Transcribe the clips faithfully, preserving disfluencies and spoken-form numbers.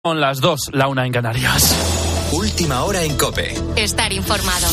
Son las dos, la una en Canarias. Última hora en COPE. Estar informado.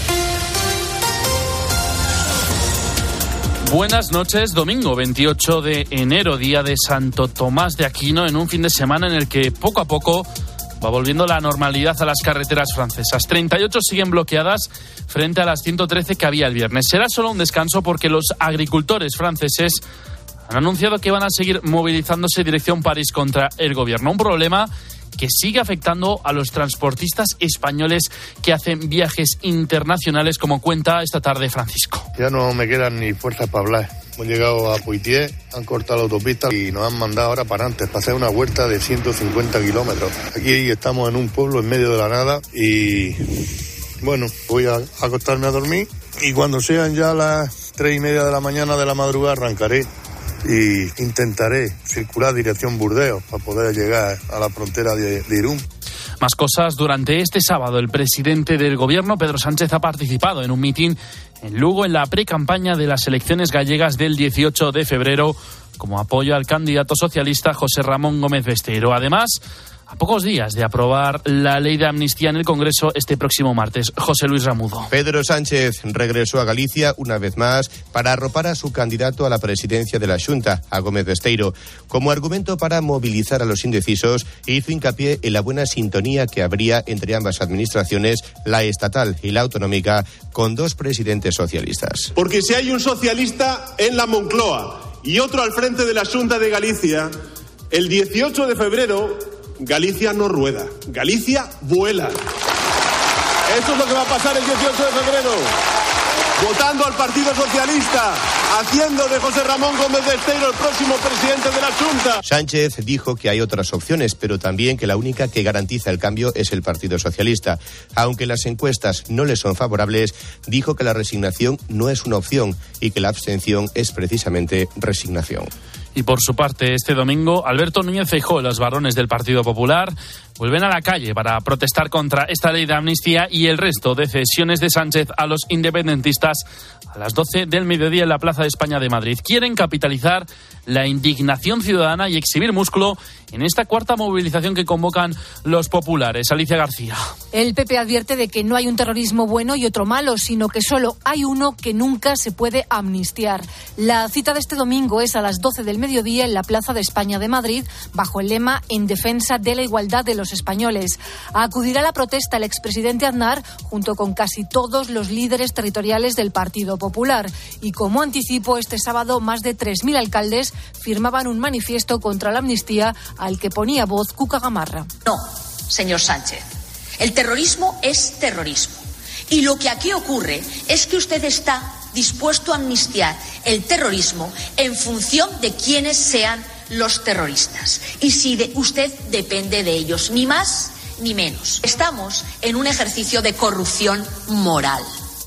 Buenas noches, domingo veintiocho de enero, día de Santo Tomás de Aquino, en un fin de semana en el que poco a poco va volviendo la normalidad a las carreteras francesas. treinta y ocho siguen bloqueadas frente a las ciento trece que había el viernes. Será solo un descanso porque los agricultores franceses han anunciado que van a seguir movilizándose dirección París contra el gobierno. Un problema que sigue afectando a los transportistas españoles que hacen viajes internacionales, como cuenta esta tarde Francisco. Ya no me quedan ni fuerzas para hablar. Hemos llegado a Poitiers, han cortado la autopista y nos han mandado ahora para antes, para hacer una huerta de ciento cincuenta kilómetros. Aquí estamos en un pueblo en medio de la nada y, bueno, voy a acostarme a dormir y cuando sean ya las tres y media de la mañana de la madrugada arrancaré y intentaré circular dirección Burdeos para poder llegar a la frontera de, de Irún. Más cosas. Durante este sábado, el presidente del gobierno, Pedro Sánchez, ha participado en un mitin en Lugo en la precampaña de las elecciones gallegas del dieciocho de febrero como apoyo al candidato socialista José Ramón Gómez Besteiro. Además, a pocos días de aprobar la ley de amnistía en el Congreso este próximo martes. José Luis Ramudo. Pedro Sánchez regresó a Galicia una vez más para arropar a su candidato a la presidencia de la Xunta, a Gómez Besteiro. Como argumento para movilizar a los indecisos, hizo hincapié en la buena sintonía que habría entre ambas administraciones, la estatal y la autonómica, con dos presidentes socialistas. Porque si hay un socialista en la Moncloa y otro al frente de la Xunta de Galicia, el dieciocho de febrero... Galicia no rueda, Galicia vuela. Eso es lo que va a pasar el dieciocho de febrero. Votando al Partido Socialista, haciendo de José Ramón Gómez Besteiro el próximo presidente de la Xunta. Sánchez dijo que hay otras opciones, pero también que la única que garantiza el cambio es el Partido Socialista. Aunque las encuestas no le son favorables, dijo que la resignación no es una opción y que la abstención es precisamente resignación. Y por su parte, este domingo, Alberto Núñez Feijóo y los varones del Partido Popular vuelven a la calle para protestar contra esta ley de amnistía y el resto de cesiones de Sánchez a los independentistas a las doce del mediodía en la Plaza de España de Madrid. Quieren capitalizar la indignación ciudadana y exhibir músculo en esta cuarta movilización que convocan los populares. Alicia García. El P P advierte de que no hay un terrorismo bueno y otro malo, sino que solo hay uno que nunca se puede amnistiar. La cita de este domingo es a las doce del mediodía en la Plaza de España de Madrid, bajo el lema En defensa de la igualdad de los españoles. Acudirá a la protesta el expresidente Aznar junto con casi todos los líderes territoriales del Partido Popular. Y como anticipo, este sábado más de tres mil alcaldes firmaban un manifiesto contra la amnistía al que ponía voz Cuca Gamarra. No, señor Sánchez, el terrorismo es terrorismo. Y lo que aquí ocurre es que usted está dispuesto a amnistiar el terrorismo en función de quiénes sean los terroristas. Y si de usted depende de ellos, ni más ni menos. Estamos en un ejercicio de corrupción moral.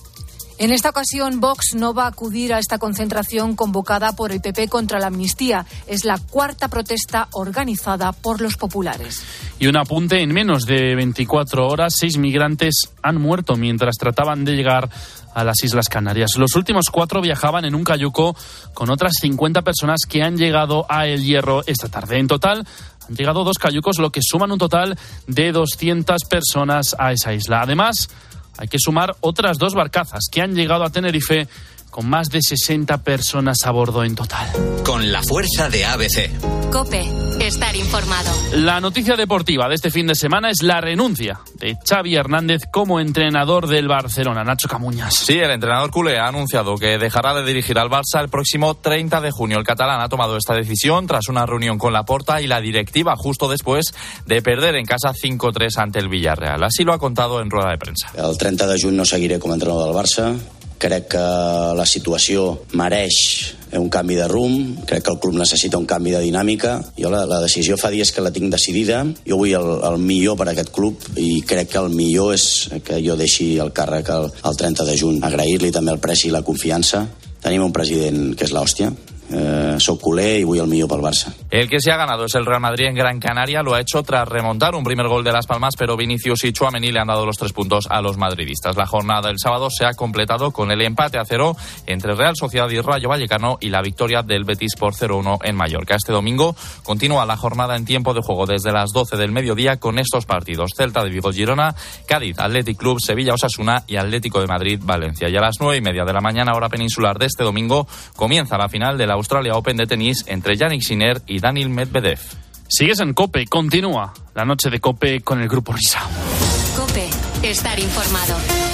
En esta ocasión, Vox no va a acudir a esta concentración convocada por el P P contra la amnistía. Es la cuarta protesta organizada por los populares. Y un apunte, en menos de veinticuatro horas, seis migrantes han muerto mientras trataban de llegar a las Islas Canarias. Los últimos cuatro viajaban en un cayuco con otras cincuenta personas que han llegado a El Hierro esta tarde. En total, han llegado dos cayucos, lo que suman un total de doscientas personas a esa isla. Además, hay que sumar otras dos barcazas que han llegado a Tenerife con más de sesenta personas a bordo en total. Con la fuerza de A B C. COPE. Estar informado. La noticia deportiva de este fin de semana es la renuncia de Xavi Hernández como entrenador del Barcelona. Nacho Camuñas. Sí, el entrenador culé ha anunciado que dejará de dirigir al Barça el próximo treinta de junio. El catalán ha tomado esta decisión tras una reunión con Laporta y la directiva justo después de perder en casa cinco tres ante el Villarreal. Así lo ha contado en rueda de prensa. El treinta de juny no seguiré com a entrenador del Barça. Crec que la situació mereix un canvi de rumb, crec que el club necessita un canvi de dinàmica. Jo la, la decisió fa dies que la tinc decidida. Jo vull el, el millor per a aquest club i crec que el millor és que jo deixi el càrrec el, el trenta de juny. Agrair-li també el preci i la confiança. Tenim un president que és l'hòstia. Eh, soc culer i vull el millor pel Barça. El que se ha ganado es el Real Madrid en Gran Canaria. Lo ha hecho tras remontar un primer gol de Las Palmas, pero Vinicius y Tchouaméni le han dado los tres puntos a los madridistas. La jornada del sábado se ha completado con el empate a cero entre Real Sociedad y Rayo Vallecano y la victoria del Betis por cero uno en Mallorca. Este domingo continúa la jornada en tiempo de juego desde las doce del mediodía con estos partidos: Celta de Vigo Girona, Cádiz Athletic Club, Sevilla Osasuna y Atlético de Madrid Valencia. Y a las nueve y media de la mañana, hora peninsular de este domingo, comienza la final de la Australia Open de tenis entre Jannik Sinner y Daniil Medvedev. Sigues en COPE, continúa la noche de COPE con el Grupo Risa. COPE, estar informado.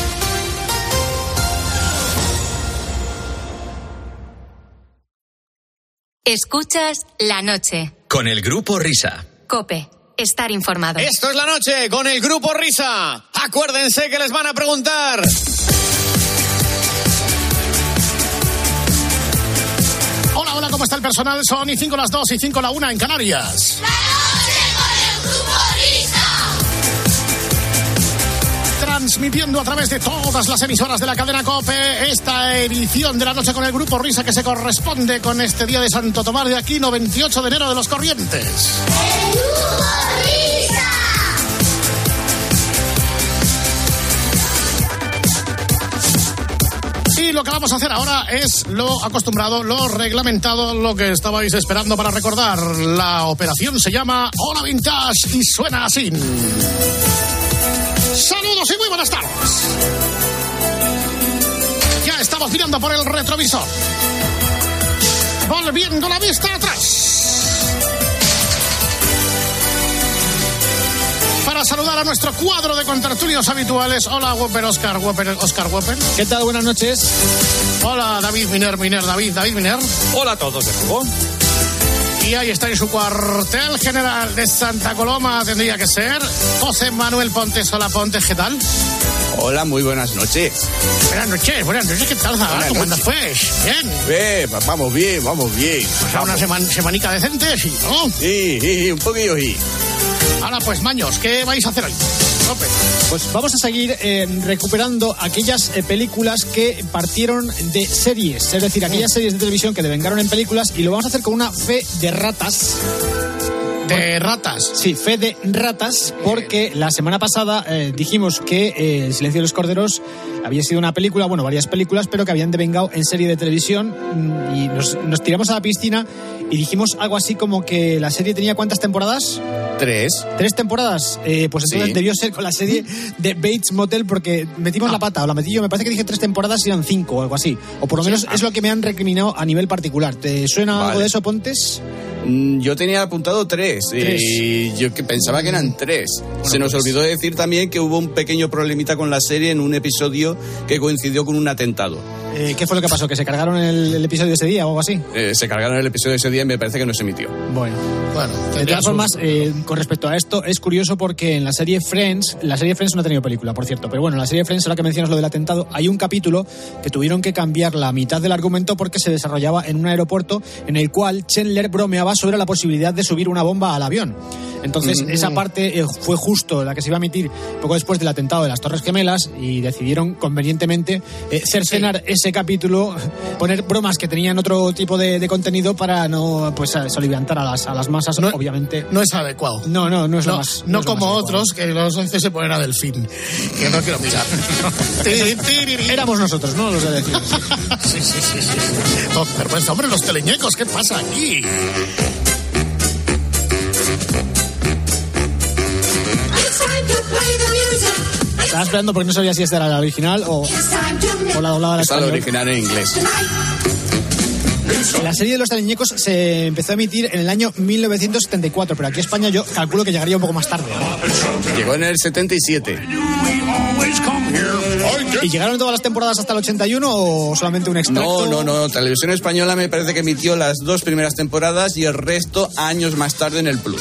Escuchas La Noche. Con el Grupo Risa. COPE, estar informado. Esto es La Noche con el Grupo Risa. Acuérdense que les van a preguntar. Hola, hola, ¿cómo está el personal? Son y cinco las dos y cinco la una en Canarias. La Noche con el Grupo Risa. Transmitiendo a través de todas las emisoras de la cadena COPE esta edición de La Noche con el Grupo Risa, que se corresponde con este día de Santo Tomás de Aquino, veintiocho de enero de los Corrientes. ¡El Grupo Risa! Y lo que vamos a hacer ahora es lo acostumbrado, lo reglamentado, lo que estabais esperando para recordar. La operación se llama Hola Vintage y suena así. Saludos y muy buenas tardes. Ya estamos mirando por el retrovisor, volviendo la vista atrás, para saludar a nuestro cuadro de contertulios habituales. Hola, Whopper, Oscar, Whopper, Oscar, Whopper. ¿Qué tal? Buenas noches. Hola, David Miner, Miner, David, David Miner. Hola a todos de nuevo. Y ahí está en su cuartel general de Santa Coloma, tendría que ser José Manuel Pontes. Hola, Pontes, ¿qué tal? Hola, muy buenas noches. Buenas noches, buenas noches, ¿qué tal? Buenas ¿Cómo andas, pues? ¿Bien? Eh, vamos bien, vamos bien. O sea, una seman- semanica decente, sí, ¿no? Sí, sí, un poquillo sí. Ahora, pues, Maños, ¿qué vais a hacer hoy? Ope. Pues vamos a seguir eh, recuperando aquellas eh, películas que partieron de series, es decir, aquellas series de televisión que devengaron en películas, y lo vamos a hacer con una fe de ratas. ¿De ratas? Sí, fe de ratas, porque la semana pasada eh, dijimos que eh, El silencio de los corderos había sido una película, bueno, varias películas, pero que habían devengado en serie de televisión, y nos, nos tiramos a la piscina y dijimos algo así como que la serie tenía ¿cuántas temporadas? Tres. ¿Tres temporadas? Eh, pues entonces Sí. debió ser con la serie de Bates Motel, porque metimos ah. la pata, o la metí yo, me parece que dije tres temporadas y eran cinco o algo así. O por lo menos sí. es lo que me han recriminado a nivel particular. ¿Te suena vale. algo de eso, Pontes? Mm, yo tenía apuntado tres, tres. Y yo que pensaba que eran tres. Bueno, Se nos pues... olvidó decir también que hubo un pequeño problemita con la serie en un episodio que coincidió con un atentado. Eh, ¿Qué fue lo que pasó? ¿Que se cargaron el, el episodio ese día o algo así? Eh, se cargaron el episodio ese día y me parece que no se emitió. Bueno, bueno de todas formas, eh, con respecto a esto, es curioso porque en la serie Friends, la serie Friends no ha tenido película, por cierto, pero bueno, en la serie Friends, ahora que mencionas lo del atentado, hay un capítulo que tuvieron que cambiar la mitad del argumento porque se desarrollaba en un aeropuerto en el cual Chandler bromeaba sobre la posibilidad de subir una bomba al avión. Entonces, mm. esa parte eh, fue justo la que se iba a emitir poco después del atentado de las Torres Gemelas, y decidieron convenientemente eh, cercenar sí. ese capítulo, poner bromas que tenían otro tipo de, de contenido para no pues soliviantar a las, a las masas, no, obviamente. No es adecuado. No, no, no es no, lo más. No, no como más otros que los once se ponen a Delfín, que no quiero mirar. Éramos nosotros, ¿no? Los de Delfín. Sí, sí, sí, sí. Oh, vergüenza, hombre, los teleñecos, ¿qué pasa aquí? Estaba esperando porque no sabía si esta era la original o, o la doblada al español. Esta la original en inglés. La serie de los teleñecos se empezó a emitir en el año mil novecientos setenta y cuatro, pero aquí a España yo calculo que llegaría un poco más tarde, ¿no? Llegó en el setenta y siete. ¿Y llegaron todas las temporadas hasta el ochenta y uno o solamente un extracto? No, no, no. Televisión Española me parece que emitió las dos primeras temporadas y el resto años más tarde en el Plus.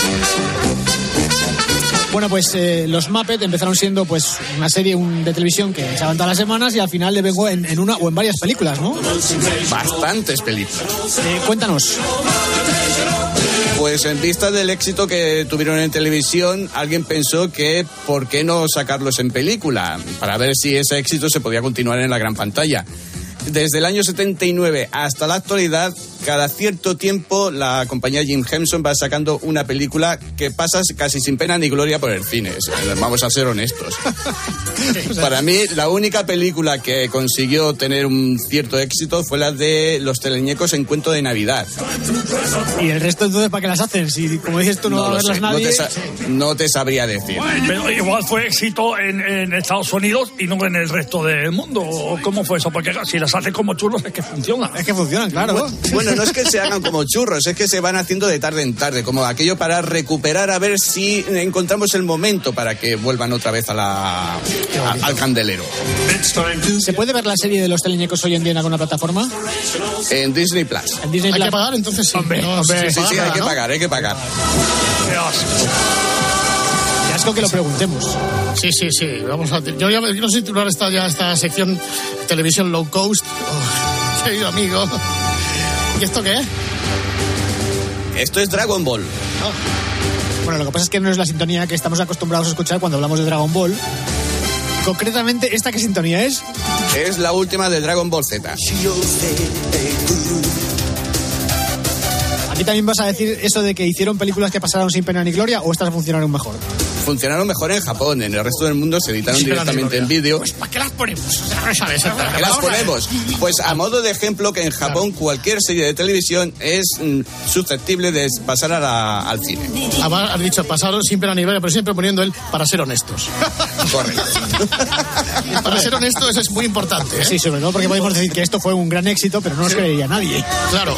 Bueno, pues eh, los Muppet empezaron siendo pues una serie un, de televisión que echaban todas las semanas, y al final le vengo en, en una o en varias películas, ¿no? Bastantes películas. Eh, cuéntanos. Pues en vista del éxito que tuvieron en televisión, alguien pensó que ¿por qué no sacarlos en película? Para ver si ese éxito se podía continuar en la gran pantalla. Desde el año setenta y nueve hasta la actualidad, cada cierto tiempo la compañía Jim Henson va sacando una película que pasa casi sin pena ni gloria por el cine. Vamos a ser honestos. Para mí, la única película que consiguió tener un cierto éxito fue la de Los teleñecos en Cuento de Navidad. ¿Y el resto entonces para qué las hacen? Si, como dices tú, no, no va a verlas sé, nadie... No te, sa- no te sabría decir. Pero igual fue éxito en, en Estados Unidos y no en el resto del mundo. ¿Cómo fue eso? Porque si las hacen como churros es que funciona. Es que funcionan, claro. Bueno, bueno, no es que se hagan como churros, es que se van haciendo de tarde en tarde, como aquello para recuperar, a ver si encontramos el momento para que vuelvan otra vez a la, a, al candelero. ¿Se puede ver la serie de Los teleñecos hoy en día en alguna plataforma? En Disney Plus. En Disney Hay Plus. que pagar, entonces sí. Hombre, no, hombre. Sí, sí, sí, hay que ¿no? pagar, hay que pagar. Qué asco que lo preguntemos. Sí, sí, sí. Vamos a, yo ya no sé titular esta, ya esta sección televisión low cost. Oh, querido amigo. ¿Y esto qué es? Esto es Dragon Ball. Oh. Bueno, lo que pasa es que no es la sintonía que estamos acostumbrados a escuchar cuando hablamos de Dragon Ball. Concretamente, ¿esta qué sintonía es? Es la última de Dragon Ball Z. ¿Aquí también vas a decir eso de que hicieron películas que pasaron sin pena ni gloria o estas funcionaron mejor? Funcionaron mejor en Japón, en el resto del mundo se editaron sí, directamente en vídeo. Pues ¿para qué las ponemos? O sea, no sabes, ¿Para qué las ponemos? Pues a modo de ejemplo que en Japón claro. cualquier serie de televisión es mm, susceptible de pasar a la, al cine. Has dicho, pasaron sin pena ni gloria, pero siempre poniendo él para ser honestos. Correcto. Para ser honestos eso es muy importante, ¿eh? Sí, sobre todo porque podemos decir que esto fue un gran éxito, pero no nos creería nadie. Claro.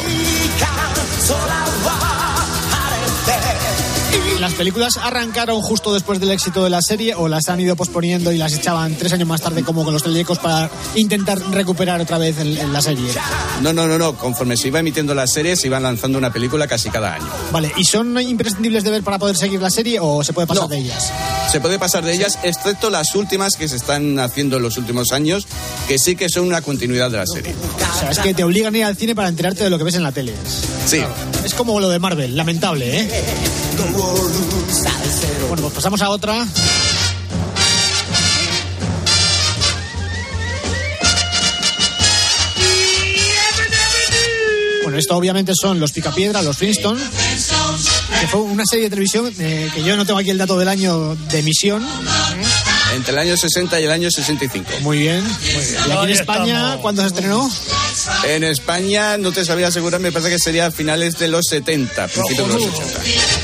¿Las películas arrancaron justo después del éxito de la serie o las han ido posponiendo y las echaban tres años más tarde como con Los teleñecos para intentar recuperar otra vez en, en la serie? No, no, no, no. Conforme se iba emitiendo la serie se iban lanzando una película casi cada año. Vale, ¿y son imprescindibles de ver para poder seguir la serie o se puede pasar no, de ellas? Se puede pasar de ellas, excepto las últimas que se están haciendo en los últimos años, que sí que son una continuidad de la serie. O sea, es que te obligan a ir al cine para enterarte de lo que ves en la tele. Sí. Claro. Es como lo de Marvel, lamentable, ¿eh? Bueno, pues pasamos a otra. Bueno, esto obviamente son Los Picapiedra, Los Flintstones, que fue una serie de televisión eh, que yo no tengo aquí el dato del año de emisión. Entre el año sesenta y el año sesenta y cinco. Muy bien. Muy bien. ¿Y aquí en España cuándo se estrenó? En España no te sabía asegurar, me parece que sería a finales de los setenta, principios de los ochenta.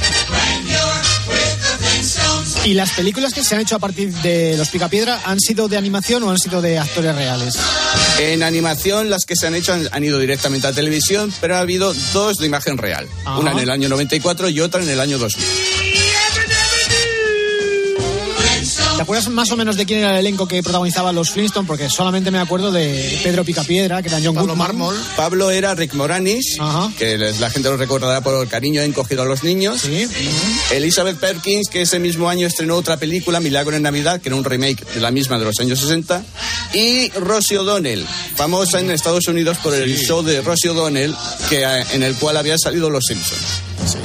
¿Y las películas que se han hecho a partir de Los Picapiedra han sido de animación o han sido de actores reales? En animación las que se han hecho han, han ido directamente a televisión, pero ha habido dos de imagen real. Ajá. Una en el año noventa y cuatro y otra en el año dos mil. ¿Te acuerdas más o menos de quién era el elenco que protagonizaba Los Flintstones? Porque solamente me acuerdo de Pedro Picapiedra, que era John Pablo Goodman. Mármol. Pablo era Rick Moranis, Ajá. que la gente lo recordará por el cariño encogido a los niños. Sí. Uh-huh. Elizabeth Perkins, que ese mismo año estrenó otra película, Milagro en Navidad, que era un remake de la misma de los años sesenta. Y Rosie O'Donnell, famosa en Estados Unidos por el sí. show de Rosie O'Donnell, que, en el cual habían salido Los Simpsons. Sí.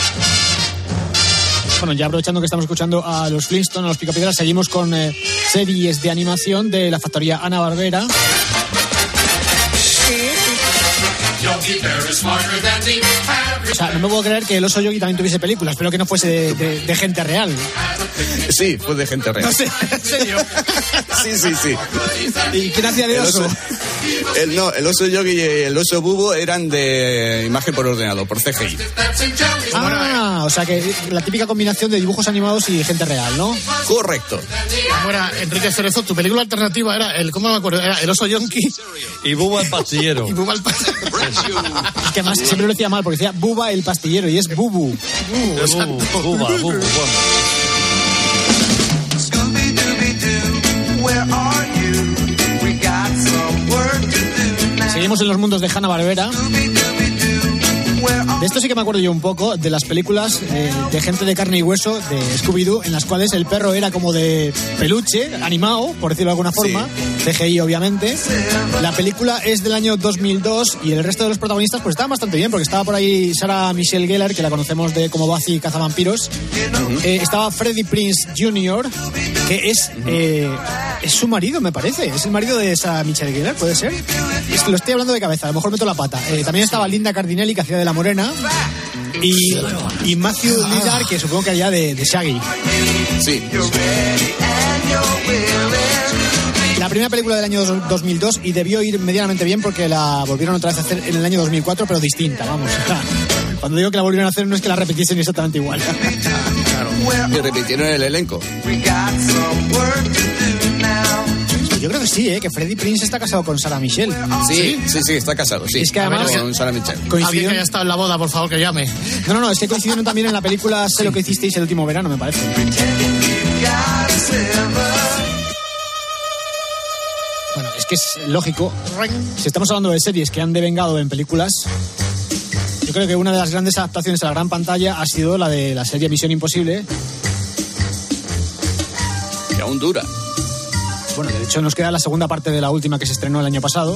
Bueno, ya aprovechando que estamos escuchando a Los Flintstones, a Los Picapiedra, seguimos con eh, series de animación de la factoría Hanna-Barbera. O sea, no me puedo creer que el oso Yogi también tuviese películas, pero que no fuese de, de, de gente real. Sí, fue de gente real. No sé, ¿en serio? Sí, sí, sí. ¿Y quién hacía de oso? El oso el, no, el oso Yogi y el oso Bubo eran de imagen por ordenador, por C G I. Ah, o sea que la típica combinación de dibujos animados y gente real, ¿no? Correcto. Bueno, Enrique Cerezo, tu película alternativa era el, ¿cómo me acuerdo? Era El oso Yonki y Buba el pastillero. Y Buba el pastillero. Es que además siempre lo decía mal porque decía Buba el pastillero y es Bubu. Bubu, Buba, Bubu, Bubu. Seguimos en los mundos de Hanna-Barbera. De esto sí que me acuerdo yo un poco, de las películas eh, de gente de carne y hueso, de Scooby-Doo, en las cuales el perro era como de peluche, animado, por decirlo de alguna forma, sí. C G I obviamente. La película es del año dos mil dos y el resto de los protagonistas pues estaban bastante bien, porque estaba por ahí Sarah Michelle Gellar, que la conocemos de como Buffy Cazavampiros. Uh-huh. eh, estaba Freddie Prinze junior, que es... Eh, Es su marido, me parece. Es el marido de esa Michelle Gellar, ¿puede ser? Es, lo estoy hablando de cabeza, a lo mejor meto la pata. Eh, también estaba Linda Cardinelli, que hacía de La Morena. Y, y Matthew Lillard, que supongo que haría de, de Shaggy. Sí. La primera película del año dos mil dos, y debió ir medianamente bien porque la volvieron otra vez a hacer en el año dos mil cuatro, pero distinta, vamos. Cuando digo que la volvieron a hacer no es que la repitiesen exactamente igual. Claro. Y repitieron el elenco. Yo creo que sí, ¿eh? Que Freddie Prinze está casado con Sarah Michelle. Sí, sí, sí, está casado, sí. Es que además con Sarah Michelle. Alguien que haya estado en la boda, por favor, que llame. No, no, no, es que coincidieron también en la película Sé lo que hicisteis el último verano, me parece. Bueno, es que es lógico. Si estamos hablando de series que han devengado en películas, yo creo que una de las grandes adaptaciones a la gran pantalla ha sido la de la serie Misión Imposible. Que aún dura. Bueno, de hecho nos queda la segunda parte de la última que se estrenó el año pasado.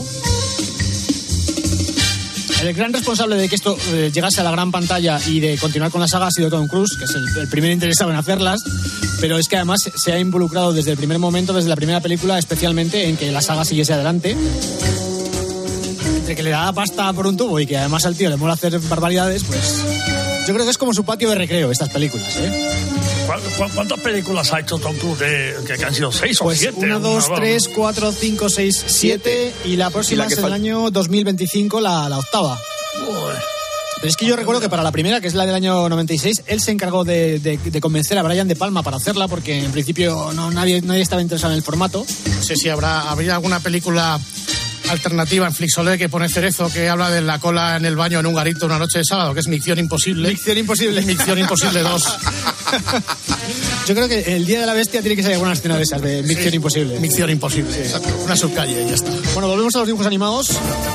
El gran responsable de que esto eh, llegase a la gran pantalla y de continuar con la saga ha sido Tom Cruise, que es el, el primer interesado en hacerlas, pero es que además se ha involucrado desde el primer momento, desde la primera película, especialmente en que la saga siguiese adelante. Entre que le da pasta por un tubo y que además al tío le mola hacer barbaridades, pues yo creo que es como su patio de recreo estas películas, ¿eh? ¿Cuántas películas ha hecho Tom Cruise? De, que han sido seis pues o siete. Una, dos, tres, cuatro, cinco, seis, siete. Y la próxima y la es el año dos mil veinticinco, la, la octava. Uy. Pero es que yo recuerdo que para la primera, que es la del año noventa y seis, él se encargó de, de, de convencer a Brian De Palma para hacerla, porque en principio no, nadie, nadie estaba interesado en el formato. No sé si habrá habría alguna película alternativa en Flixolé que pone Cerezo, que habla de la cola en el baño en un garito una noche de sábado, que es Misión Imposible. Misión Imposible. Misión Imposible dos. Yo creo que el Día de la Bestia tiene que ser alguna escena de esas, de Misión sí, Imposible. Misión Imposible, sí. Exacto. Una subcalle y ya está. Bueno, volvemos a los dibujos animados.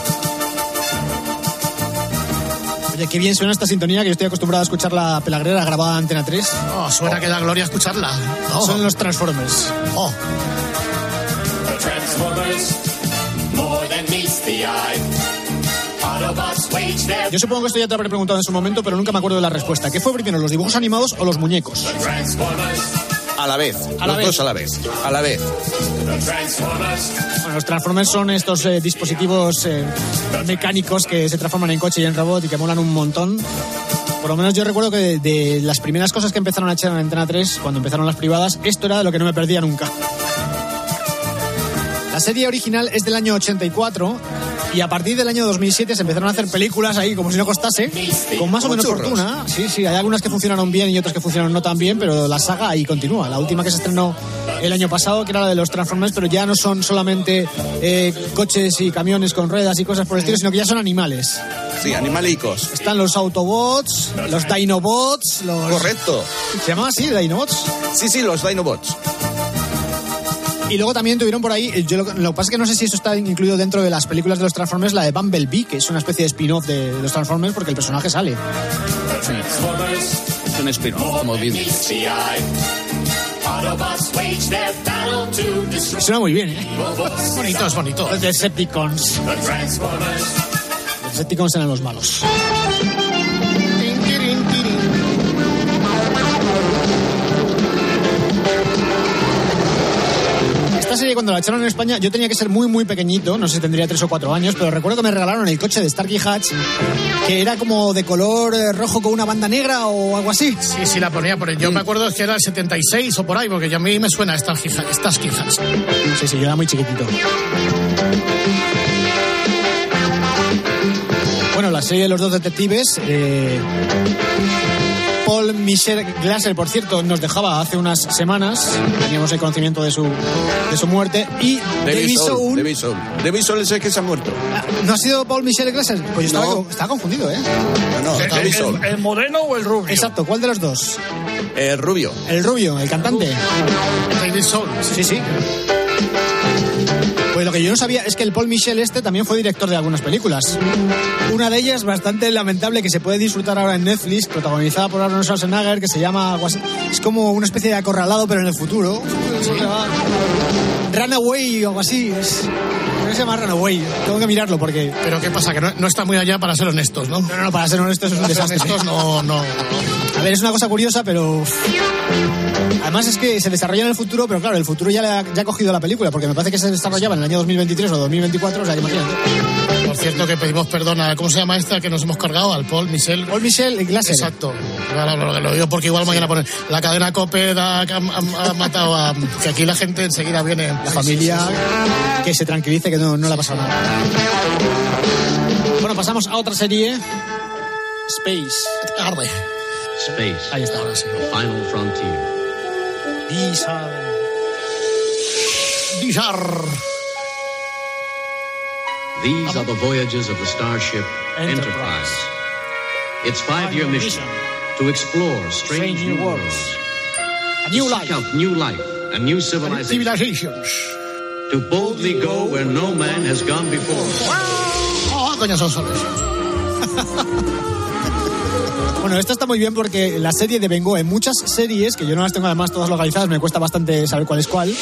Oye, qué bien suena esta sintonía, que yo estoy acostumbrado a escuchar la pelagrera grabada en Antena tres. Oh, suena oh. que da gloria escucharla. Oh. Son los Transformers. Oh. The Transformers. Yo supongo que esto ya te habré preguntado en su momento, pero nunca me acuerdo de la respuesta. ¿Qué fue primero, los dibujos animados o los muñecos? A la vez, a la los vez. dos a la vez, a la vez. Bueno, los Transformers son estos eh, dispositivos eh, mecánicos que se transforman en coche y en robot y que molan un montón. Por lo menos yo recuerdo que de, de las primeras cosas que empezaron a echar en Antena tres, cuando empezaron las privadas, esto era de lo que no me perdía nunca. La serie original es del año ochenta y cuatro y a partir del año dos mil siete se empezaron a hacer películas ahí como si no costase, con más o menos churros. fortuna. Sí, sí, hay algunas que funcionaron bien y otras que funcionaron no tan bien, pero la saga ahí continúa. La última que se estrenó el año pasado, que era la de los Transformers, pero ya no son solamente eh, coches y camiones con ruedas y cosas por el estilo, sino que ya son animales. Sí, animalicos. Están los Autobots, los Dinobots, los... Correcto. ¿Se llama así, Dinobots? Sí, sí, los Dinobots. Y luego también tuvieron por ahí, yo lo, lo que pasa es que no sé si eso está incluido dentro de las películas de los Transformers, la de Bumblebee, que es una especie de spin-off de, de los Transformers porque el personaje sale. Sí. Es un spin-off, como bien. Suena muy bien, ¿eh? Es bonito, es bonito. Los Decepticons. Los Decepticons eran los malos. Esta serie cuando la echaron en España yo tenía que ser muy muy pequeñito, no sé si tendría tres o cuatro años, pero recuerdo que me regalaron el coche de Starkey Hatch, que era como de color eh, rojo con una banda negra o algo así. Sí, sí, la ponía por ahí. Yo sí. me acuerdo que era el setenta y seis o por ahí, porque ya a mí me suena Starkey Hatch. Sí, sí, yo era muy chiquitito. Bueno, la serie de los dos detectives... Eh... Paul Michel Glaser, por cierto, nos dejaba hace unas semanas. Teníamos el conocimiento de su, de su muerte. Y David Soul. David Soul. David Soul es el que se ha muerto. ¿No ha sido Paul Michel Glaser? Pues yo estaba, no. estaba confundido, ¿eh? No, no, ¿El, David Soul. El, ¿El moreno o el rubio? Exacto, ¿cuál de los dos? El rubio. El rubio, el cantante. David Soul. Sí, sí. Pues lo que yo no sabía es que el Paul Michel este también fue director de algunas películas. Una de ellas bastante lamentable que se puede disfrutar ahora en Netflix, protagonizada por Arnold Schwarzenegger, que se llama... Es como una especie de Acorralado, pero en el futuro. Sí. Runaway o algo así. Es... ¿Cómo se llama Runaway? Tengo que mirarlo porque... Pero ¿qué pasa? Que no, no está muy allá para ser honestos, ¿no? No, no, no, para ser honestos es un para desastre. Ser honestos no, no... A ver, es una cosa curiosa, pero... además es que se desarrolla en el futuro, pero claro, el futuro ya, le ha, ya ha cogido la película, porque me parece que se desarrollaba en el año dos mil veintitrés o dos mil veinticuatro, o sea, que imagínate. Por cierto, que pedimos perdón a, ¿cómo se llama esta que nos hemos cargado? Al Paul Michel. Paul Michel Glaser. Exacto. Claro, lo, lo digo porque igual mañana ponen la cadena COPE da, que ha, ha, ha matado a... Que aquí la gente enseguida viene. La familia sí, sí, sí. Que se tranquilice, que no, no le ha pasado nada. Bueno, pasamos a otra serie. Space. Arde. Space. Ahí está. Ahora sí. The Final Frontier. These are... These are... These are the voyages of the starship Enterprise. Enterprise. Its five-year mission to explore strange, strange new worlds, a new life, seek out new life and new civilizations, civilizations, to boldly go where no man has gone before. Oh, coño, son soles. Bueno, esto está muy bien porque la serie devengó en muchas series, que yo no las tengo además todas localizadas, me cuesta bastante saber cuál es cuál,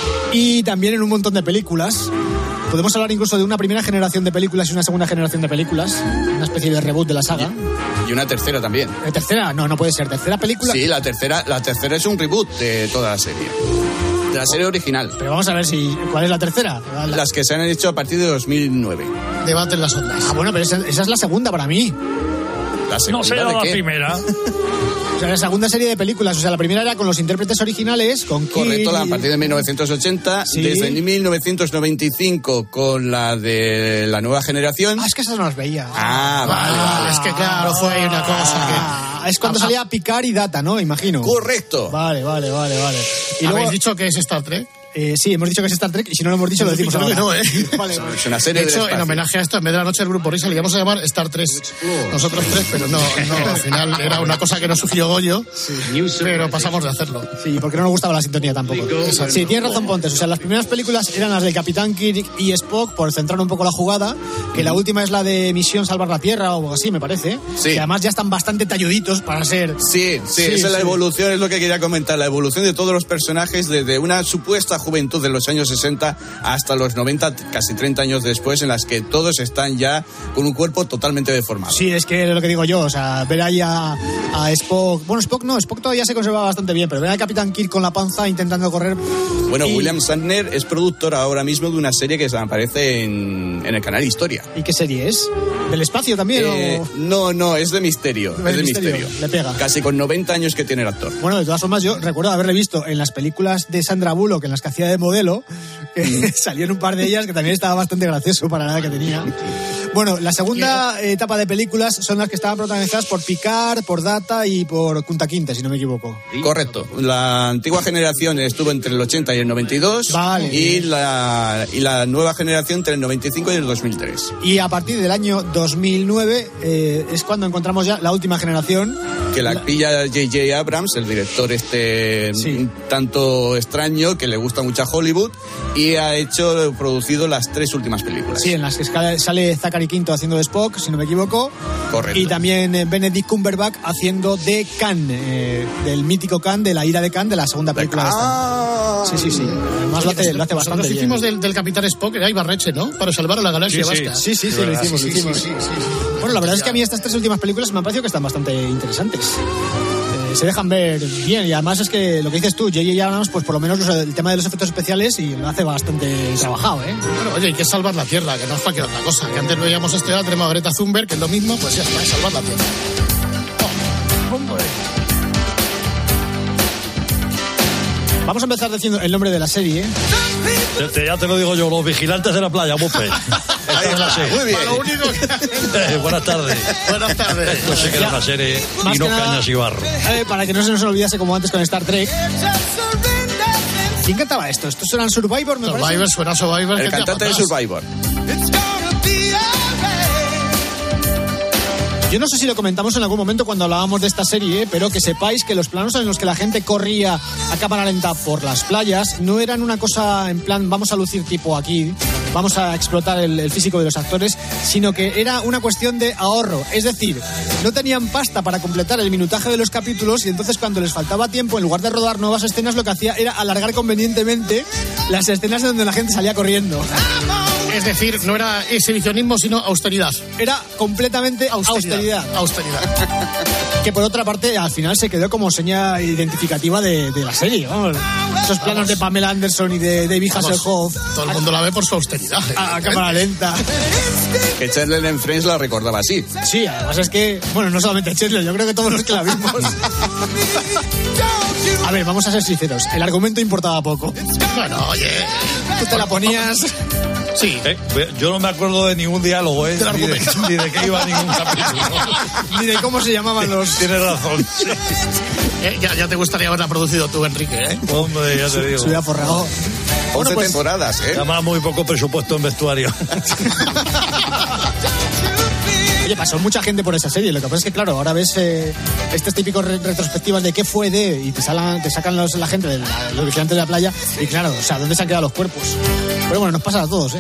y también en un montón de películas. Podemos hablar incluso de una primera generación de películas y una segunda generación de películas, una especie de reboot de la saga. Y una tercera también. ¿La tercera? No, no puede ser. ¿Tercera película? Sí, la tercera, la tercera es un reboot de toda la serie. De la serie original. Pero vamos a ver si cuál es la tercera. La... Las que se han hecho a partir de dos mil nueve. Debate en las ondas. Ah, bueno, pero esa, esa es la segunda para mí. La segunda, no será ¿de la qué? primera. O sea, la segunda serie de películas. O sea, la primera era con los intérpretes originales, con Kirk. Correcto, a partir de mil novecientos ochenta. ¿Sí? Desde mil novecientos noventa y cinco con la de la nueva generación. Ah, es que esas no las veía. Ah, vale, ah, vale. Es que claro, fue ahí una cosa ah, que... Es cuando ah, salía Picard y Data, ¿no? Imagino. Correcto. Vale, vale, vale, vale. ¿Y ¿Habéis luego... dicho que es Star Trek? Eh, sí, hemos dicho que es Star Trek y si no lo hemos dicho lo decimos ahora. No, ¿eh? Vale. Es una serie de hecho, de en homenaje a esto, en vez de la noche del Grupo Risa, le íbamos a llamar Star tres. Nosotros tres, pero no, no, al final era una cosa que nos sugirió Goyo, sí. Pero pasamos de hacerlo. Sí, porque no nos gustaba la sintonía tampoco. Exacto. Sí, tienes razón, Pontes. O sea, las primeras películas eran las del Capitán Kirk y Spock, por centrar un poco la jugada, que mm. la última es la de Misión Salvar la Tierra o algo así, me parece. Sí. Que además ya están bastante talluditos para ser... Sí, sí, sí esa sí. es la evolución, es lo que quería comentar, la evolución de todos los personajes desde una supuesta juventud de los años sesenta hasta los noventa, casi treinta años después, en las que todos están ya con un cuerpo totalmente deformado. Sí, es que es lo que digo yo, o sea, ver ahí a, a Spock, bueno, Spock no, Spock todavía se conservaba bastante bien, pero ver al Capitán Kirk con la panza intentando correr. Bueno, y... William Shatner es productor ahora mismo de una serie que se aparece en, en el canal Historia. ¿Y qué serie es? ¿Del espacio también? Eh, o... No, no, es de misterio, ¿De es de misterio? misterio. Le pega. Casi con noventa años que tiene el actor. Bueno, de todas formas, yo recuerdo haberle visto en las películas de Sandra Bullock, en las que hacía de modelo, que salieron un par de ellas que también estaba bastante gracioso para la edad que tenía. Bueno, la segunda etapa de películas son las que estaban protagonizadas por Picard, por Data y por Kunta Kinte, si no me equivoco. Correcto. La antigua generación estuvo entre el ochenta y el noventa y dos. Vale. Y la, y la nueva generación entre el noventa y cinco y el dos mil tres. Y a partir del año dos mil nueve eh, es cuando encontramos ya la última generación. Que la, la... pilla J J Abrams, el director este sí. tanto extraño, que le gusta mucho a Hollywood, y ha hecho, producido las tres últimas películas. Sí, en las que sale Zachary Quinto haciendo de Spock, si no me equivoco. Correcto. Y también Benedict Cumberbatch haciendo de Khan, eh, del mítico Khan, de la ira de Khan, de la segunda película. Ah. Sí, sí, sí. Además lo hace, lo hace bastante bien. Nosotros hicimos del, del Capitán Spock, era Ibarreche, ¿no? Para salvar a la galaxia sí, sí. vasca. Sí, sí, sí, sí, lo hicimos, sí, lo hicimos. Sí, sí, sí, sí. Bueno, la verdad es que a mí estas tres últimas películas me han parecido que están bastante interesantes. Eh, se dejan ver bien y además es que lo que dices tú, J J Abrams, pues por lo menos el tema de los efectos especiales y lo hace bastante trabajado, ¿eh? Bueno, oye, hay que salvar la Tierra, que no es cualquier otra cosa. Que antes veíamos este lado, tenemos a Greta Thunberg, que es lo mismo, pues ya está, es salvar la Tierra. Oh, hombre. Vamos a empezar diciendo el nombre de la serie. Ya te, ya te lo digo yo, Los Vigilantes de la Playa, Bupe. Muy bien. Lo único que... eh, buenas tardes. Buenas tardes. Esto se queda una serie y no nada, cañas y barro. Eh, para que no se nos olvidase como antes con Star Trek. ¿Quién cantaba esto? Estos eran Survivor, me Survivor, parece. Survivor, suena Survivor. El cantante de Survivor. Yo no sé si lo comentamos en algún momento cuando hablábamos de esta serie, pero que sepáis que los planos en los que la gente corría a cámara lenta por las playas no eran una cosa en plan vamos a lucir tipo aquí, vamos a explotar el, el físico de los actores, sino que era una cuestión de ahorro. Es decir, no tenían pasta para completar el minutaje de los capítulos y entonces cuando les faltaba tiempo, en lugar de rodar nuevas escenas, lo que hacía era alargar convenientemente las escenas de donde la gente salía corriendo. Es decir, no era exhibicionismo, sino austeridad. Era completamente austeridad. Austeridad. austeridad. Que por otra parte, al final se quedó como seña identificativa de, de la serie, vamos. Esos planos vamos. de Pamela Anderson y de David Hasselhoff. Todo el mundo la ve por su austeridad. A, a cámara lenta. Que Chandler en Friends la recordaba así. Sí, además es que, bueno, no solamente Chandler, yo creo que todos los que la vimos. A ver, vamos a ser sinceros, el argumento importaba poco. Bueno, oye, tú te la ponías... Sí. ¿Eh? Yo no me acuerdo de ningún diálogo, ¿eh? Ni de, ni de qué iba ningún capítulo. Ni de cómo se llamaban los... Tienes razón. Sí. Eh, ya, ya te gustaría haberla producido tú, Enrique, ¿eh? Hombre, ya te digo. Se hubiera forrado. once Bueno, pues, temporadas, ¿eh? Además, muy poco presupuesto en vestuario. Oye, pasó mucha gente por esa serie. Lo que pasa es que, claro, ahora ves eh, estas típicas re- retrospectivas de qué fue de... Y te, salan, te sacan los, la gente de la, los vigilantes de la playa. Y claro, o sea, ¿dónde se han quedado los cuerpos? Pero bueno, nos pasa a todos, ¿eh?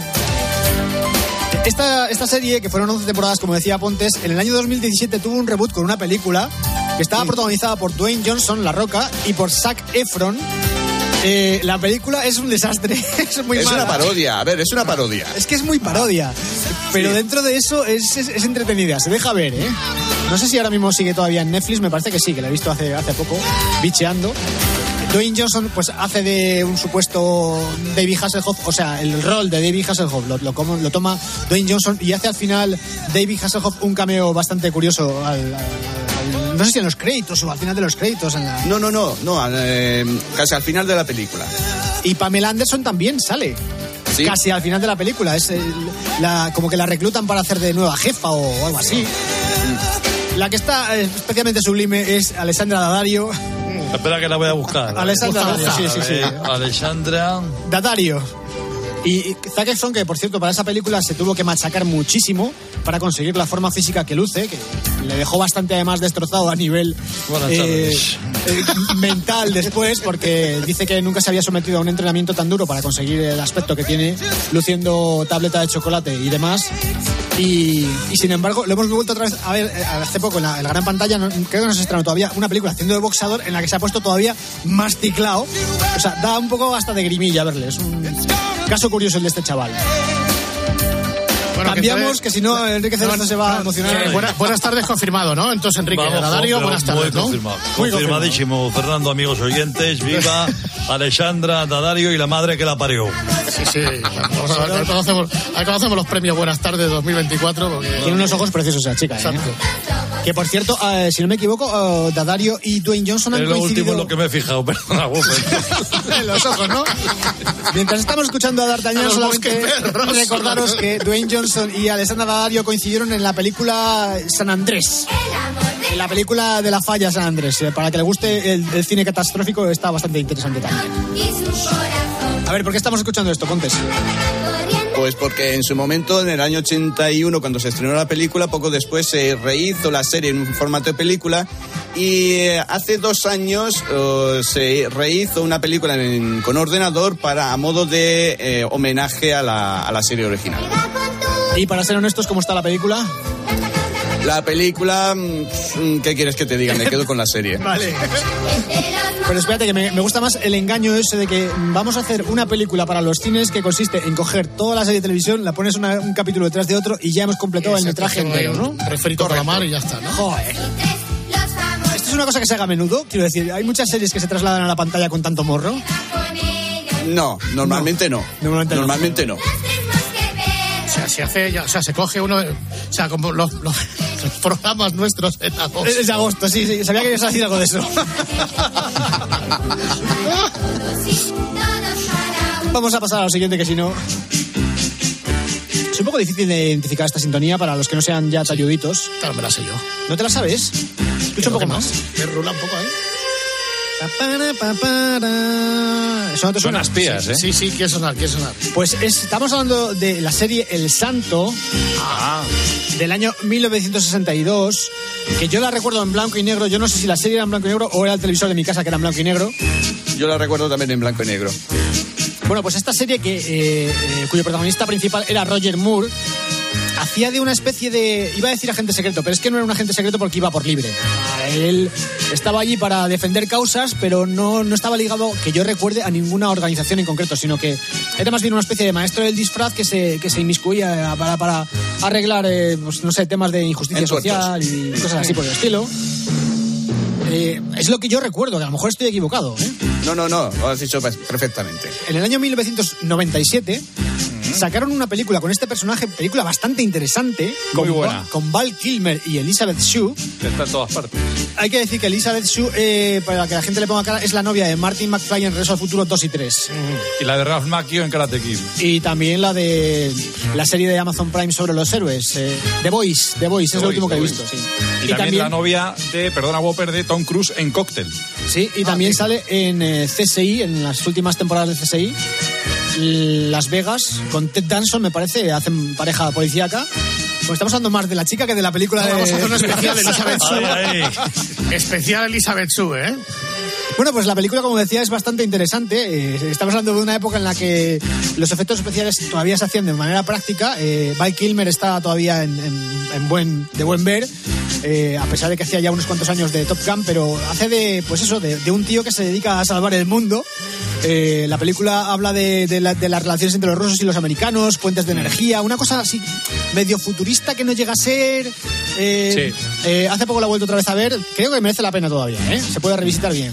Esta, esta serie, que fueron once temporadas, como decía Pontes, en el año dos mil diecisiete tuvo un reboot con una película que estaba sí. protagonizada por Dwayne Johnson, La Roca, y por Zac Efron. Eh, la película es un desastre. Es muy Es mala. una parodia, a ver, es una parodia. Es que es muy parodia. Pero sí. dentro de eso es, es, es entretenida, se deja ver, ¿eh? No sé si ahora mismo sigue todavía en Netflix, me parece que sí, que la he visto hace, hace poco, bicheando. Dwayne Johnson pues hace de un supuesto David Hasselhoff, o sea, el rol de David Hasselhoff lo, lo, lo toma Dwayne Johnson y hace al final David Hasselhoff un cameo bastante curioso al, al, al, no sé si en los créditos o al final de los créditos. En la... No, no, no, no eh, casi al final de la película. Y Pamela Anderson también sale. ¿Sí? Casi al final de la película. Es el, la, como que la reclutan para hacer de nueva jefa o algo así. Mm. La que está especialmente sublime es Alessandra Daddario. Espera que la voy a buscar. Alessandra Daddario, sí, sí, sí. Alessandra Daddario. Y Zac Efron, que por cierto para esa película se tuvo que machacar muchísimo para conseguir la forma física que luce, que le dejó bastante además destrozado a nivel eh, eh, mental después, porque dice que nunca se había sometido a un entrenamiento tan duro para conseguir el aspecto que tiene, luciendo tableta de chocolate y demás. Y, y sin embargo, lo hemos vuelto otra vez a ver hace poco en la, en la gran pantalla, no, creo que no se estrenó todavía, una película haciendo de boxeador en la que se ha puesto todavía más ciclado. O sea, da un poco hasta de grimilla verle. Es un caso curioso el de este chaval. Bueno, cambiamos, que, que si no Enrique Cerezo no, se va a emocionar. Eh, buenas, buenas tardes, confirmado, ¿no? Entonces, Enrique, Daddario, buenas tardes, muy ¿no? Confirmado. Muy confirmadísimo, confirmado. Fernando, amigos oyentes, viva Alessandra Daddario y la madre que la parió. Sí, sí, vamos a ver, conocemos, conocemos los premios Buenas tardes dos mil veinticuatro. Porque... Tiene unos ojos preciosos esa chica, ¿eh? Que por cierto, uh, si no me equivoco, uh, Daddario y Dwayne Johnson han es lo coincidido... último en lo que me he fijado, perdona, vos. En los ojos, ¿no? Mientras estamos escuchando a D'Artagnan, solamente recordaros que Dwayne Johnson y Alessandra Daddario coincidieron en la película San Andrés. En la película de la falla San Andrés. Para que le guste el, el cine catastrófico está bastante interesante también. A ver, ¿por qué estamos escuchando esto, Pontes? Pues porque en su momento, en el año ochenta y uno, cuando se estrenó la película, poco después se rehizo la serie en un formato de película y hace dos años uh, se rehizo una película en, con ordenador para a modo de eh, homenaje a la, a la serie original. Y para ser honestos, ¿cómo está la película? La película, ¿qué quieres que te diga? Me quedo con la serie. Vale. Pero espérate, que me, me gusta más el engaño ese de que vamos a hacer una película para los cines que consiste en coger toda la serie de televisión, la pones una, un capítulo detrás de otro y ya hemos completado el metraje entero, ¿no? Refrito calamar y ya está, ¿no? Joder. Esto es una cosa que se haga a menudo, quiero decir, hay muchas series que se trasladan a la pantalla con tanto morro. No, normalmente no. no. Normalmente, normalmente no. no. O sea, se hace, ya, o sea, se coge uno, o sea, como los, los, los programas nuestros en agosto. Es de agosto, sí, sí, sabía que ibas a decir algo de eso. Vamos a pasar a lo siguiente, que si no... Es un poco difícil de identificar esta sintonía para los que no sean ya talluditos. Claro, me la sé yo. ¿No te la sabes? Escucha un poco más. Me rula un poco ahí. Eso no te suena. Son espías, ¿eh? Sí, sí, quiere sonar, quiere sonar. Pues es, estamos hablando de la serie El Santo, ah. del año mil novecientos sesenta y dos, que yo la recuerdo en blanco y negro. Yo no sé si la serie era en blanco y negro o era el televisor de mi casa que era en blanco y negro. Yo la recuerdo también en blanco y negro. Bueno, pues esta serie que eh, eh, cuyo protagonista principal era Roger Moore, hacía de una especie de... Iba a decir agente secreto, pero es que no era un agente secreto porque iba por libre. Él estaba allí para defender causas, pero no, no estaba ligado, que yo recuerde, a ninguna organización en concreto, sino que era más bien una especie de maestro del disfraz que se, que se inmiscuía para, para arreglar, eh, pues, no sé, temas de injusticia social y cosas así por el estilo. Eh, es lo que yo recuerdo, que a lo mejor estoy equivocado, ¿eh? No, no, no, lo has dicho perfectamente. En el año mil novecientos noventa y siete sacaron una película con este personaje, película bastante interesante, Muy con, buena. con Val Kilmer y Elizabeth Shue. Que está en todas partes. Hay que decir que Elizabeth Shue, eh, para que la gente le ponga cara, es la novia de Martin McFly en Regreso al Futuro dos y tres. Y la de Ralph Macchio en Karate Kid. Y también la de la serie de Amazon Prime sobre los héroes, eh, The Boys, The Boys, The es lo Boys, último que The he Boys. visto, sí. Y, también, la novia de, perdona Whopper, de Tom Cruise en Cocktail. Sí, y también sale en eh, C S I, en las últimas temporadas de C S I, Las Vegas, con Ted Danson, me parece, hacen pareja policíaca. Pues estamos hablando más de la chica que de la película No, de... vamos a hacer un especial Elizabeth Shue. Ay, ay. Especial Elizabeth Shue, ¿eh? Bueno, pues la película, como decía, es bastante interesante. Eh, estamos hablando de una época en la que los efectos especiales todavía se hacían de manera práctica. Eh, Val Kilmer está todavía en, en, en buen, de buen ver, eh, a pesar de que hacía ya unos cuantos años de Top Gun, pero hace de, pues eso, de, de un tío que se dedica a salvar el mundo. Eh, la película habla de, de, la, de las relaciones entre los rusos y los americanos, puentes de energía, una cosa así medio futurista que no llega a ser. Eh, Sí. eh, hace poco la he vuelto otra vez a ver. Creo que merece la pena todavía, ¿eh? Se puede revisitar bien.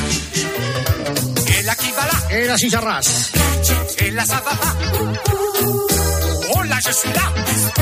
Era Chicharrás. Hola, yo soy la.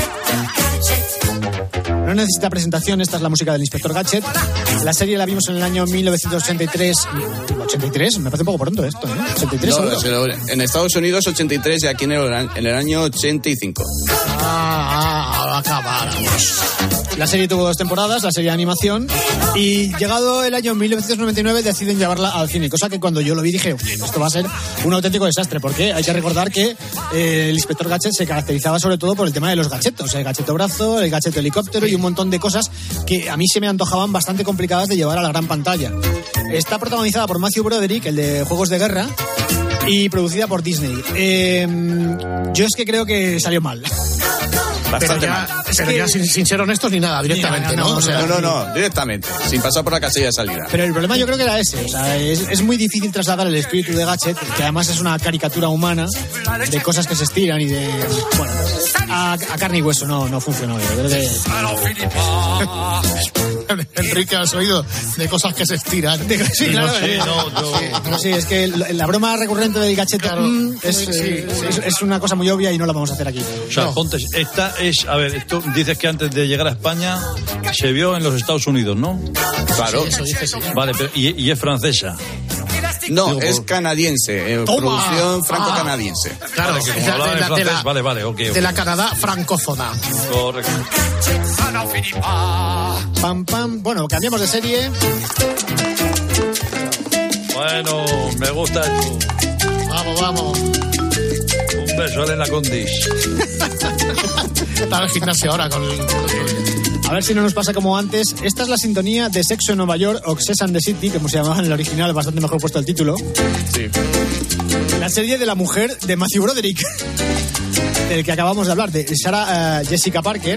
No necesita presentación, esta es la música del Inspector Gadget. La serie la vimos en el año mil novecientos ochenta y tres. ¿ochenta y tres? Me parece un poco pronto esto, ¿eh? ¿ochenta y tres? No, seguro. en Estados Unidos ochenta y tres y aquí en el, en el año ochenta y cinco. Ah, acabáramos. La serie tuvo dos temporadas, la serie de animación, y llegado el año mil novecientos noventa y nueve deciden llevarla al cine, cosa que cuando yo lo vi dije, esto va a ser un auténtico desastre, porque hay que recordar que eh, el Inspector Gadget se caracterizaba sobre todo por el tema de los gadgetos, el gadget brazo, el gadget helicóptero y un montón de cosas que a mí se me antojaban bastante complicadas de llevar a la gran pantalla. Está protagonizada por Matthew Broderick, el de Juegos de Guerra, y producida por Disney. Eh, yo es que creo que salió mal. Pero ya, pero que- ya sin, sin ser honestos ni nada, directamente, Mira, ¿no? no, O sea, No, no, no, directamente, sin pasar por la casilla de salida. Pero el problema yo creo que era ese, o sea, es, es muy difícil trasladar el espíritu de Gadget, que además es una caricatura humana de cosas que se estiran y de... Bueno, a, a carne y hueso no, no funcionó. Yo creo que... Enrique, has oído de cosas que se estiran. Sí, claro. No sé, eh, no, no. sí, no, sí, es que la, la broma recurrente del Gadget Claro. mm, es, Sí, eh, sí. es, es una cosa muy obvia y no la vamos a hacer aquí. O sea, No. ponte, esta es, a ver, esto dices que antes de llegar a España se vio en los Estados Unidos, ¿no? Claro. Eso dice, sí. Vale, pero, y, y es francesa. No, Digo, es por- canadiense, eh, ¡Toma! producción franco-canadiense. Claro, Vale, que es como la- hablaban de en la- de francés, la- vale, vale, ok, ok. de la Canadá francófona. Correcto. Pam, pam. Bueno, cambiamos de serie. Bueno, me gusta esto. Vamos, vamos. Un beso a Elena Condis. Está en el gimnasio ahora con el... A ver si no nos pasa como antes. Esta es la sintonía de Sexo en Nueva York o Sex and the City, como se llamaba en el original, bastante mejor puesto el título. Sí. La serie de la mujer de Matthew Broderick, del que acabamos de hablar, de Sarah eh, Jessica Parker,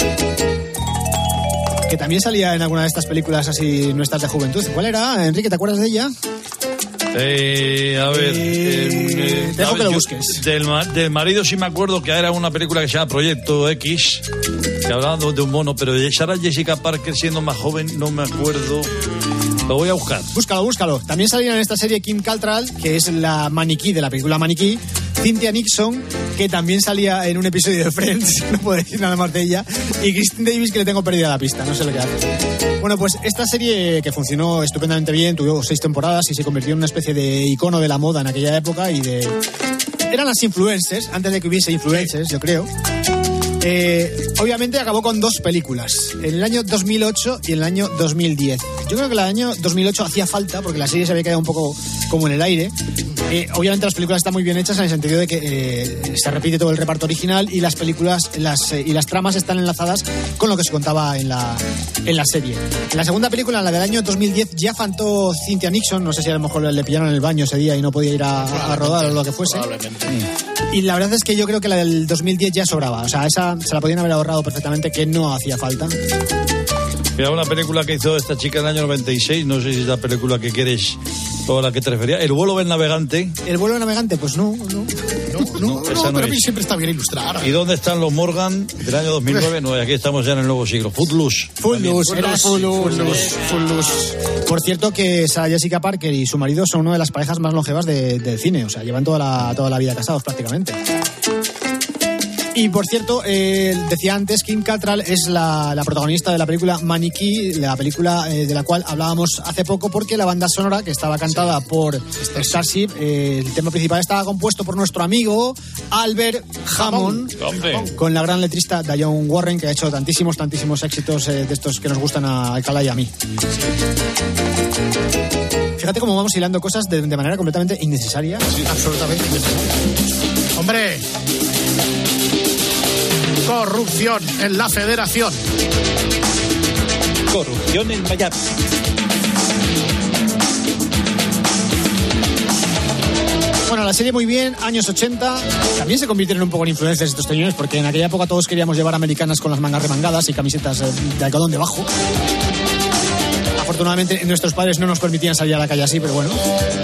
que también salía en alguna de estas películas así nuestras de juventud. ¿Cuál era, Enrique? ¿Te acuerdas de ella? Eh, a ver. Eh, eh, dejo a ver, que lo yo- busques. Del, ma- del marido sí me acuerdo que era una película que se llama Proyecto X, que hablaba de un mono, pero de Sarah Jessica Parker siendo más joven no me acuerdo. Lo voy a buscar. Búscalo, búscalo. También salía en esta serie Kim Cattrall, que es la maniquí de la película Maniquí. Cynthia Nixon, que también salía en un episodio de Friends, no puedo decir nada más de ella. Y Christine Davis, que le tengo perdida la pista, no sé lo que hace. Bueno, pues esta serie que funcionó estupendamente bien, tuvo seis temporadas y se convirtió en una especie de icono de la moda en aquella época y de... Eran las influencers, antes de que hubiese influencers, yo creo. Eh, obviamente acabó con dos películas, en el año dos mil ocho y en el año dos mil diez. Yo creo que el año dos mil ocho hacía falta porque la serie se había quedado un poco como en el aire. Eh, obviamente las películas están muy bien hechas en el sentido de que eh, se repite todo el reparto original y las películas las, eh, y las tramas están enlazadas con lo que se contaba en la, en la serie. En la segunda película, en la del año dos mil diez, ya faltó Cynthia Nixon. No sé si a lo mejor le pillaron en el baño ese día y no podía ir a, a rodar o lo que fuese. Y la verdad es que yo creo que la del dos mil diez ya sobraba. O sea, esa se la podían haber ahorrado perfectamente, que no hacía falta. Era una película que hizo esta chica en el año noventa y seis, no sé si es la película que quieres ¿O a la que te refería? ¿El vuelo del navegante? ¿El vuelo del navegante? Pues no, no. No, no, no, esa no no pero a es. mí siempre está bien ilustrar. ¿Y dónde están los Morgan del año dos mil nueve? No, aquí estamos ya en el nuevo siglo. Footloose. Footloose, era Footloose. Footloose, Footloose. Por cierto que Sarah Jessica Parker y su marido son una de las parejas más longevas de, del cine. O sea, llevan toda la, toda la vida casados prácticamente. Y por cierto, eh, decía antes, Kim Cattrall es la, la protagonista de la película Maniquí, la película eh, de la cual hablábamos hace poco, porque la banda sonora, que estaba cantada sí. por Starship, eh, el tema principal estaba compuesto por nuestro amigo Albert Hammond, Hombre. con la gran letrista Dionne Warren, que ha hecho tantísimos, tantísimos éxitos eh, de estos que nos gustan a Alcalá y a mí. Fíjate cómo vamos hilando cosas de, de manera completamente innecesaria. Sí, absolutamente innecesaria. ¡Hombre! Corrupción en la Federación. Corrupción en Miami. Bueno, la serie muy bien, años ochenta. También se convirtieron un poco en influencers estos señores, porque en aquella época todos queríamos llevar americanas con las mangas remangadas y camisetas de algodón debajo. Afortunadamente nuestros padres no nos permitían salir a la calle así, pero bueno.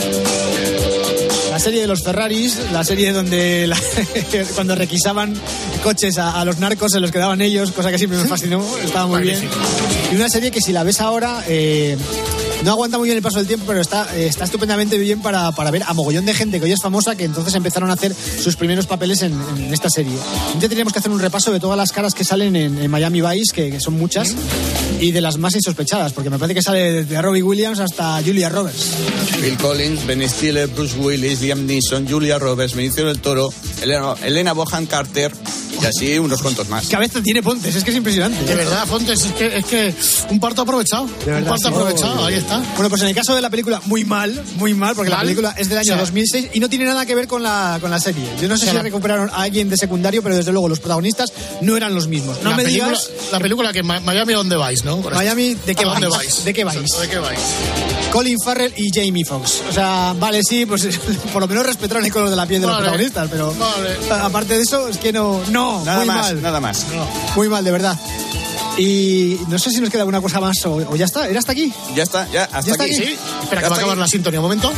La serie de los Ferraris, la serie donde la, cuando requisaban coches a, a los narcos se los quedaban ellos, cosa que siempre me fascinó, estaba muy bien. Y una serie que si la ves ahora eh, no aguanta muy bien el paso del tiempo, pero está, eh, está estupendamente bien para, para ver a mogollón de gente que hoy es famosa, que entonces empezaron a hacer sus primeros papeles en, en esta serie. Ya tendríamos que hacer un repaso de todas las caras que salen en, en Miami Vice, que, que son muchas, y de las más insospechadas, porque me parece que sale desde Robbie Williams hasta Julia Roberts. Bill Collins, Ben Stiller, Bruce Willis, Liam Neeson, Julia Roberts, Benicio del Toro, Elena, Elena Bonham Carter y así unos cuantos más. Cabeza tiene Pontes, es que es impresionante. De verdad, Pontes, es que, es que un parto aprovechado. De verdad, un parto sí. aprovechado, ahí está. Bueno, pues en el caso de la película, muy mal, muy mal, porque ¿Mal? la película es del año o sea, dos mil seis y no tiene nada que ver con la, con la serie. Yo no sé o sea, si recuperaron a alguien de secundario, pero desde luego los protagonistas no eran los mismos. No la me película, digas... La película que Miami, ¿dónde vais, no? Miami, ¿de qué vais? vais? ¿De qué vais? Exacto, ¿de qué vais? Colin Farrell y Jamie Foxx. O sea, vale, sí, pues por lo menos respetaron el color de la piel de vale, los protagonistas, pero vale. aparte de eso, es que no, no, nada muy más, mal. Nada más. No. Muy mal, de verdad. Y no sé si nos queda alguna cosa más o, o ya está. ¿Era hasta aquí? Ya está, ya, hasta ¿Ya está aquí. aquí. Sí, espera, que va a acabar aquí la sintonía. Un momento.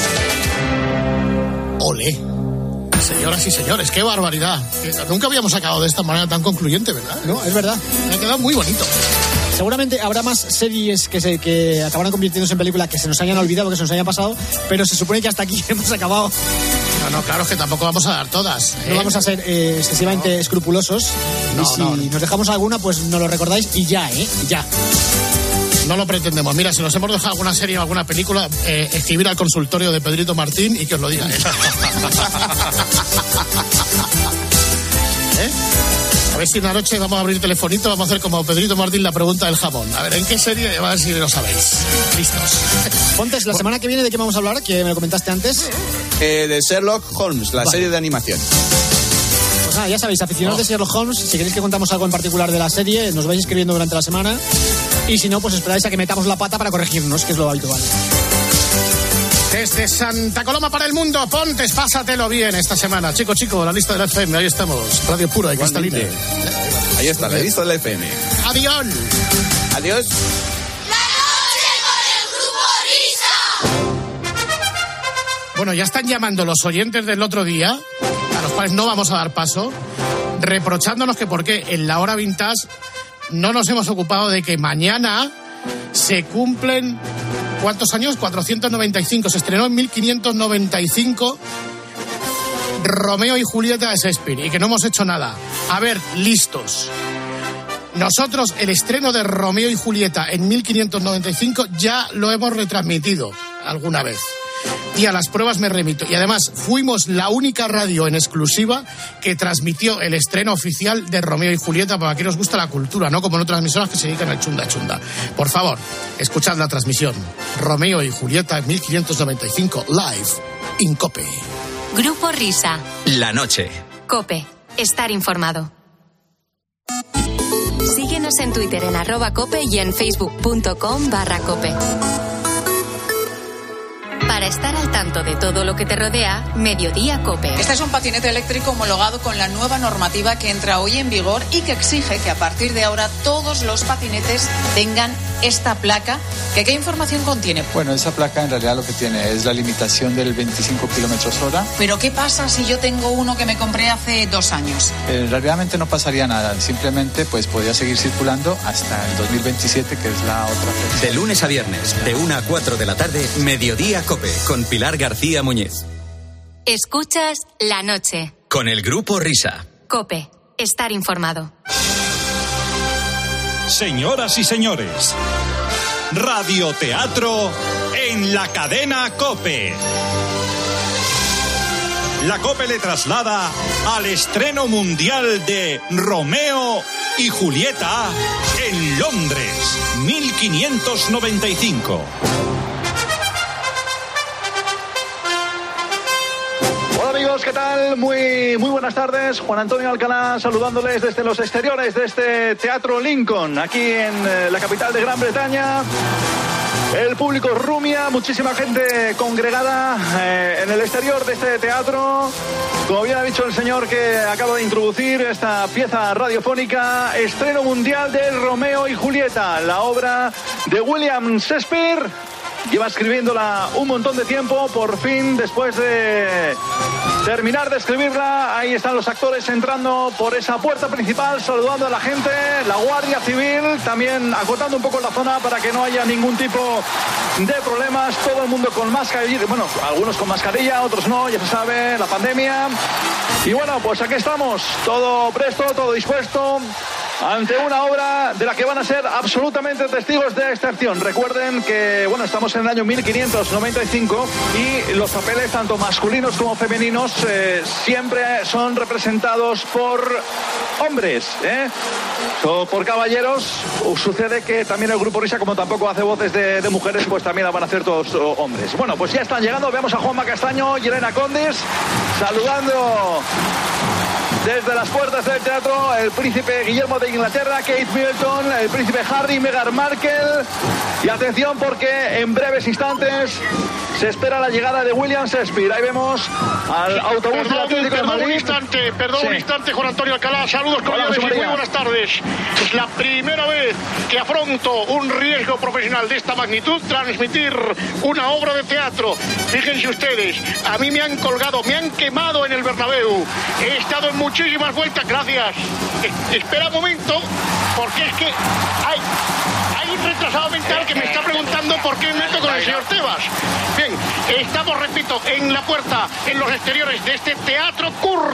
Ole. Señoras y señores, qué barbaridad. Nunca habíamos acabado de esta manera tan concluyente, ¿verdad? No, es verdad. Me ha quedado muy bonito. Seguramente habrá más series que se que acabarán convirtiéndose en películas que se nos hayan olvidado, que se nos hayan pasado, pero se supone que hasta aquí hemos acabado. No, no, claro, es que tampoco vamos a dar todas. ¿eh? No vamos a ser eh, excesivamente no. escrupulosos. No, y si no, no. nos dejamos alguna, pues nos lo recordáis y ya, ¿eh? Ya. No lo pretendemos. Mira, si nos hemos dejado alguna serie o alguna película, eh, escribir al consultorio de Pedrito Martín y que os lo diga él. ¿Eh? A ver si una noche vamos a abrir telefonito, vamos a hacer como Pedrito Martín la pregunta del jamón. A ver, ¿en qué serie? A ver si lo sabéis. Listos. Pontes, la semana que viene, ¿de qué vamos a hablar? Que me lo comentaste antes. Eh, de Sherlock Holmes, la vale. serie de animación. Pues nada, ya sabéis, aficionados oh. de Sherlock Holmes, si queréis que contamos algo en particular de la serie, nos vais escribiendo durante la semana. Y si no, pues esperáis a que metamos la pata para corregirnos, que es lo habitual. Desde Santa Coloma para el mundo, Pontes, pásatelo bien esta semana. Chico, chico, la lista de la F M, ahí estamos. Radio pura y cristalina. Ahí está, la lista de la F M. Adiós. Adiós. La noche con el Grupo Risa. Bueno, ya están llamando los oyentes del otro día, a los cuales no vamos a dar paso, reprochándonos que por qué en la hora vintage no nos hemos ocupado de que mañana se cumplen... ¿Cuántos años? cuatrocientos noventa y cinco. Se estrenó en mil quinientos noventa y cinco Romeo y Julieta de Shakespeare y que no hemos hecho nada. A ver, listos. Nosotros el estreno de Romeo y Julieta en mil quinientos noventa y cinco ya lo hemos retransmitido alguna vez. Y a las pruebas me remito. Y además fuimos la única radio en exclusiva que transmitió el estreno oficial de Romeo y Julieta, para que os gusta la cultura, no como en otras emisoras que se dedican al chunda chunda. Por favor, escuchad la transmisión. Romeo y Julieta en mil quinientos noventa y cinco, live, in COPE. Grupo Risa. La noche. COPE. Estar informado. Síguenos en Twitter en arroba COPE y en facebook.com barra COPE. Para estar al tanto de todo lo que te rodea, Mediodía COPE. Este es un patinete eléctrico homologado con la nueva normativa que entra hoy en vigor y que exige que a partir de ahora todos los patinetes tengan esta placa, ¿qué, qué información contiene? Bueno, esa placa en realidad lo que tiene es la limitación del veinticinco kilómetros hora. ¿Pero qué pasa si yo tengo uno que me compré hace dos años? Eh, realmente no pasaría nada, simplemente pues podría seguir circulando hasta el dos mil veintisiete, que es la otra fecha. De lunes a viernes, de una a cuatro de la tarde, Mediodía COPE, con Pilar García Muñiz. Escuchas La Noche. Con el Grupo Risa. COPE. Estar informado. Señoras y señores, radioteatro en la cadena COPE. La COPE le traslada al estreno mundial de Romeo y Julieta en Londres, mil quinientos noventa y cinco. Hola amigos, ¿qué tal? Muy, muy buenas tardes. Juan Antonio Alcalá saludándoles desde los exteriores de este Teatro Lincoln, aquí en eh, la capital de Gran Bretaña. El público rumia, muchísima gente congregada eh, en el exterior de este teatro. Como bien ha dicho el señor que acaba de introducir esta pieza radiofónica, estreno mundial de Romeo y Julieta, la obra de William Shakespeare. Lleva escribiéndola un montón de tiempo, por fin, después de terminar de escribirla, ahí están los actores entrando por esa puerta principal, saludando a la gente, la Guardia Civil, también acotando un poco la zona para que no haya ningún tipo de problemas, todo el mundo con mascarilla, bueno, algunos con mascarilla, otros no, ya se sabe, la pandemia. Y bueno, pues aquí estamos, todo presto, todo dispuesto, ante una obra de la que van a ser absolutamente testigos de excepción. Recuerden que, bueno, estamos en el año mil quinientos noventa y cinco y los papeles, tanto masculinos como femeninos, eh, siempre son representados por hombres, ¿eh? O por caballeros. Sucede que también el Grupo Risa, como tampoco hace voces de, de mujeres, pues también la van a hacer todos oh, hombres. Bueno, pues ya están llegando. Veamos a Juanma Castaño y Elena Condis saludando desde las puertas del teatro el príncipe Guillermo de Inglaterra, Kate Middleton, el príncipe Harry, Meghan Markle. Y atención, porque en breves instantes se espera la llegada de William Shakespeare. Ahí vemos al autobús perdón, del Atlético de perdón Madrid. un instante, perdón Sí. un instante, Juan Antonio Alcalá. Saludos cordiales y muy buenas tardes. Es la primera vez que afronto un riesgo profesional de esta magnitud, transmitir una obra de teatro. Fíjense ustedes, a mí me han colgado, me han quemado en el Bernabéu. He estado en muchísimas vueltas, gracias. Eh, espera un momento, porque es que hay... Hay un retrasado mental que me está preguntando por qué me meto con el señor Tebas. Bien, estamos, repito, en la puerta, en los exteriores de este Teatro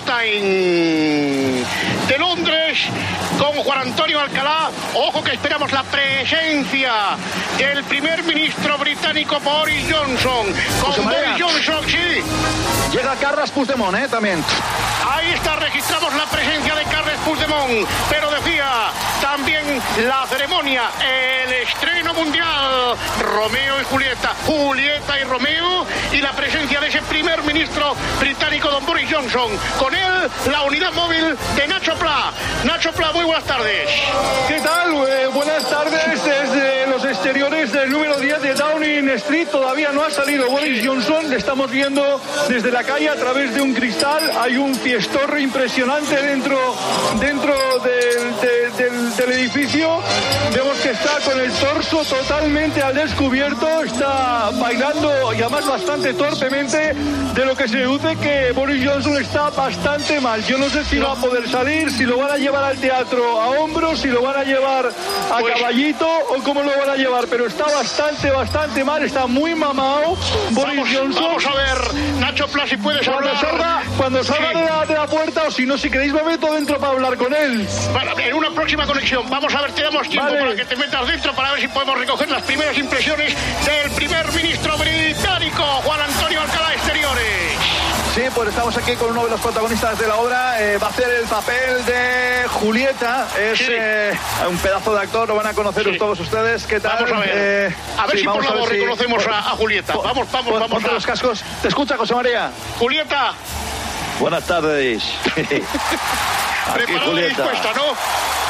Curtain de Londres, con Juan Antonio Alcalá. Ojo que esperamos la presencia del primer ministro británico Boris Johnson. Con Boris Johnson, sí. Llega Carles Puigdemont, ¿eh? También. Ahí está, registramos la presencia de Carles Puigdemont, pero decía también la ceremonia, el estreno mundial, Romeo y Julieta, Julieta y Romeo, y la presencia de ese primer ministro británico, don Boris Johnson. Con él, la unidad móvil de Nacho Pla. Nacho Pla, muy buenas tardes. ¿Qué tal? Eh, buenas tardes desde los exteriores del número diez de Downing Street. Todavía no ha salido Boris Johnson. Le estamos viendo desde la calle a través de un cristal. Hay un fiestorro impresionante dentro, dentro del, de, del, del edificio. Vemos que está con el torso totalmente al descubierto. Está bailando y además bastante torpemente, de lo que se deduce que Boris Johnson está bastante mal. Yo no sé si va a poder salir, si lo van a llevar al teatro a hombros, si lo van a llevar a Pues- caballito o cómo lo van a llevar, pero está bastante, bastante mal, está muy mamado Boris Vamos, Johnson. vamos a ver, Nacho Pla, si puedes Cuando hablar. salga, cuando salga Sí. de, la, de la puerta, o si no, si queréis me meto dentro para hablar con él. Bueno, en una próxima conexión, vamos a ver, te damos tiempo Vale. para que te metas dentro para ver si podemos recoger las primeras impresiones del primer ministro británico, Juan Antonio Alcalá, Exteriores. Sí, pues estamos aquí con uno de los protagonistas de la obra. Eh, va a hacer el papel de Julieta. Es Sí. eh, un pedazo de actor, lo van a conocer Sí. todos ustedes. ¿Qué tal? Vamos a ver. Eh, A ver sí, si por vamos la ver voz si- reconocemos a, a Julieta. Pon- Vamos, vamos, pon- vamos. Ponte a- los cascos. ¿Te escucha, José María? Julieta, Buenas tardes. Aquí preparada y Julieta. dispuesta, ¿no?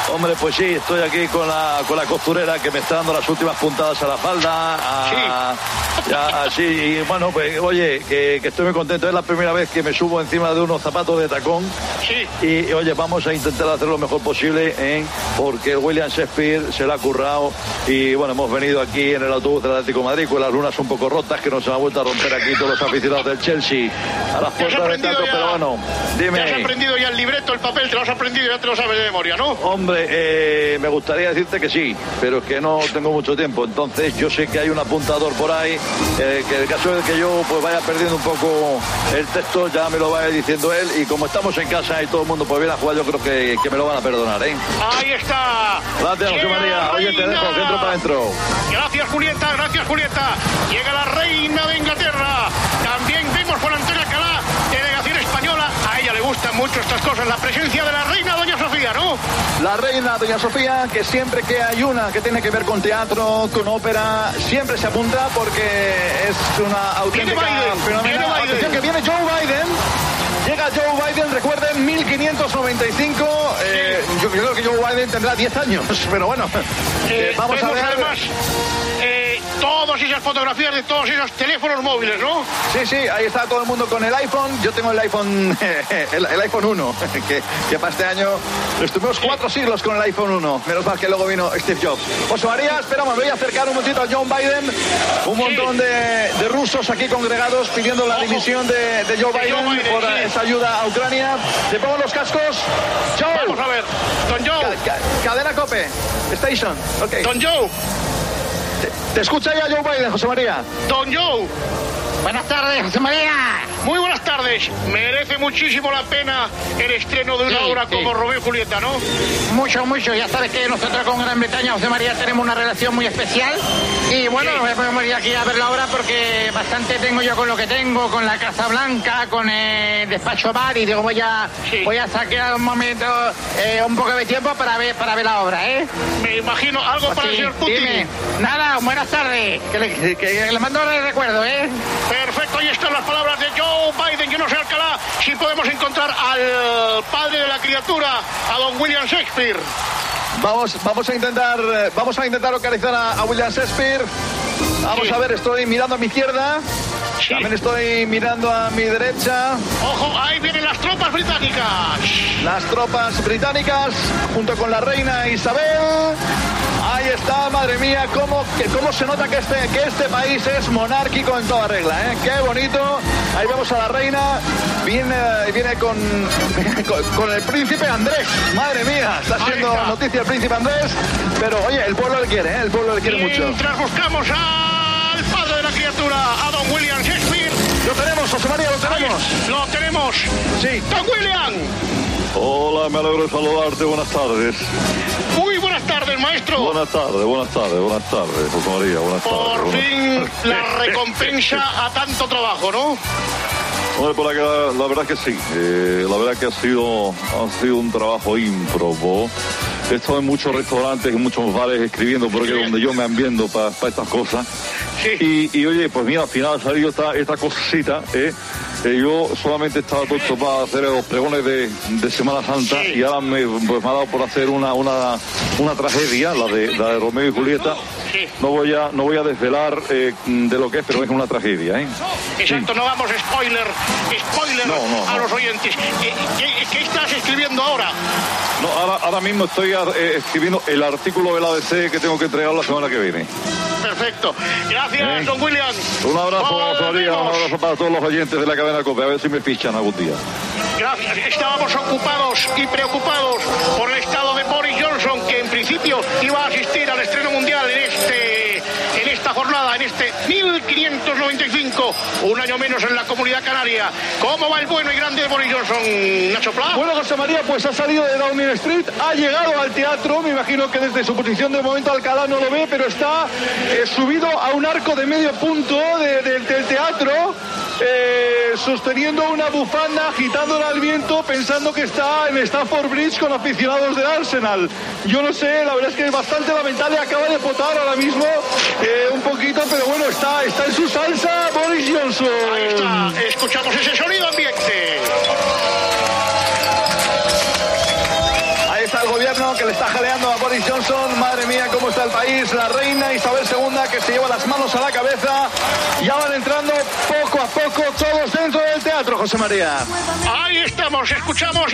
Hombre, pues sí, estoy aquí con la, con la costurera que me está dando las últimas puntadas a la falda. A, sí. Ya, sí, y bueno, pues oye, que, que estoy muy contento. Es la primera vez que me subo encima de unos zapatos de tacón. Sí. Y, y oye, vamos a intentar hacer lo mejor posible, ¿eh? Porque el William Shakespeare se la ha currado. Y bueno, hemos venido aquí en el autobús del Atlético de Madrid con las lunas un poco rotas, que nos han vuelto a romper aquí todos los aficionados del Chelsea a las puertas del teatro, pero bueno, dime. ¿Te has aprendido ya el libreto, el papel? ¿Te lo has aprendido? Ya te lo sabes de memoria, ¿no? Hombre, eh, me gustaría decirte que sí, pero es que no tengo mucho tiempo. Entonces yo sé que hay un apuntador por ahí, eh, que en el caso de que yo pues vaya perdiendo un poco el texto, ya me lo vaya diciendo él. Y como estamos en casa y todo el mundo pues viene a jugar, yo creo que, que me lo van a perdonar, ¿eh? Ahí está. Gracias, José María. Oye, te dejo, que entro para adentro. Gracias, Julieta. Gracias, Julieta. Llega la reina de Inglaterra. También vemos Juan Antonio Alcalá, delegación española. A ella le gustan mucho estas cosas. La presencia de la reina doña Sofía, ¿no? La reina doña Sofía, que siempre que hay una que tiene que ver con teatro, con ópera, siempre se apunta porque es una auténtica fenomenal. Atención que viene Joe Biden. Llega Joe Biden, recuerden, mil quinientos noventa y cinco. Eh, yo creo que Joe Biden tendrá diez años, pero bueno. Eh, eh, vamos a ver. Además, eh, todas esas fotografías de todos esos teléfonos móviles, ¿no? Sí, sí, ahí está todo el mundo con el iPhone. Yo tengo el iPhone, el, el iPhone uno, que, que para este año estuvimos cuatro siglos con el iPhone uno. Menos mal que luego vino Steve Jobs. José María, espera, me voy a acercar un momentito a Joe Biden. Un montón de, de rusos aquí congregados pidiendo la dimisión de, de Joe Biden, Joe Biden por sí. esa ayuda a Ucrania. Te pongo los cascos. Joe. Vamos a ver, Don Joe. Ca ca cadena Cope. Station. Okay. Don Joe. Te, te escucha ya Joe Biden, José María. Don Joe. Buenas tardes, José María. Muy buenas tardes. Merece muchísimo la pena el estreno de una sí, obra sí. como Romeo y Julieta, ¿no? Mucho, mucho. Ya sabes que nosotros con Gran Bretaña, José María, tenemos una relación muy especial. Y bueno, sí. nos vamos a ir aquí a ver la obra porque bastante tengo yo con lo que tengo, con la Casa Blanca, con el despacho bar. Y digo, voy a, sí. voy a sacar un momento, eh, un poco de tiempo para ver, para ver la obra, ¿eh? Me imagino algo pues para sí, el señor Putin. Dime. Nada, buenas tardes. Que le, que, que le mando el recuerdo, ¿eh? Perfecto, ahí están las palabras de Joe Biden. Yo no sé, Alcalá, si podemos encontrar al padre de la criatura, a don William Shakespeare. Vamos, vamos a intentar, vamos a intentar localizar a, a William Shakespeare. Vamos sí. a ver, estoy mirando a mi izquierda. Sí. También estoy mirando a mi derecha. Ojo, ahí vienen las tropas británicas. Las tropas británicas, junto con la reina Isabel. Ahí está, madre mía, cómo, que, cómo se nota que este, que este país es monárquico en toda regla, ¿eh? Qué bonito. Ahí vemos a la reina, viene, viene con, con, con el príncipe Andrés. Madre mía, está haciendo está. noticia el príncipe Andrés. Pero oye, el pueblo le quiere, ¿eh? El pueblo le quiere Mientras mucho. Mientras buscamos al padre de la criatura, a don William Shakespeare. Lo tenemos, José María, lo tenemos. Ahí, lo tenemos. Sí. Don William. Hola, me alegro de saludarte, buenas tardes. Muy buenas tardes, maestro. Buenas tardes, buenas tardes, buenas tardes, José María, buenas Por tardes. Por fin buenas... la recompensa a tanto trabajo, ¿no? Bueno, por la, la verdad que sí, eh, la verdad que ha sido, ha sido un trabajo ímprobo. He estado en muchos restaurantes, en muchos bares escribiendo, porque es donde yo me ambiento para pa estas cosas. Sí. Y, y oye, pues mira, al final ha salido esta, esta cosita, ¿eh? Eh, yo solamente estaba todo para hacer los pregones de, de Semana Santa sí. y ahora me, pues, me ha dado por hacer una, una, una tragedia, la de, la de Romeo y Julieta. Sí. No voy a no voy a desvelar eh, de lo que es, pero es una tragedia, ¿eh? Exacto, sí. no vamos spoiler, spoiler no, no, a no. los oyentes. ¿Qué, qué, ¿Qué estás escribiendo ahora? No, ahora, ahora mismo estoy eh, escribiendo el artículo del A B C que tengo que entregar la semana que viene. Perfecto. Gracias, ¿Eh? don William. Un abrazo, María, un abrazo para todos los oyentes de la cadena COPE. A ver si me fichan algún día. Gracias. Estábamos ocupados y preocupados por el estado de Boris Johnson, que en principio iba a asistir al estreno mundial en este en esta jornada, en este mil quinientos noventa y cinco, un año menos en la Comunidad Canaria. ¿Cómo va el bueno y grande de Boris Johnson, Nacho Pla? Bueno, José María, pues ha salido de Downing Street, ha llegado al teatro, me imagino que desde su posición de momento Alcalá no lo ve, pero está eh, subido a un arco de medio punto de, de, del teatro, eh, sosteniendo una bufanda, agitándola al viento, pensando que está en Stamford Bridge con aficionados del Arsenal. Yo no sé, la verdad es que es bastante lamentable, acaba de potar ahora mismo eh, un poquito, pero bueno, está, está en su salsa Boris Johnson. Ahí está, escuchamos ese sonido ambiente. Ahí está el gobierno que le está Boris Johnson. Madre mía, cómo está el país. La reina Isabel segunda, que se lleva las manos a la cabeza. Ya van entrando poco a poco todos dentro del teatro, José María. Ahí estamos, escuchamos.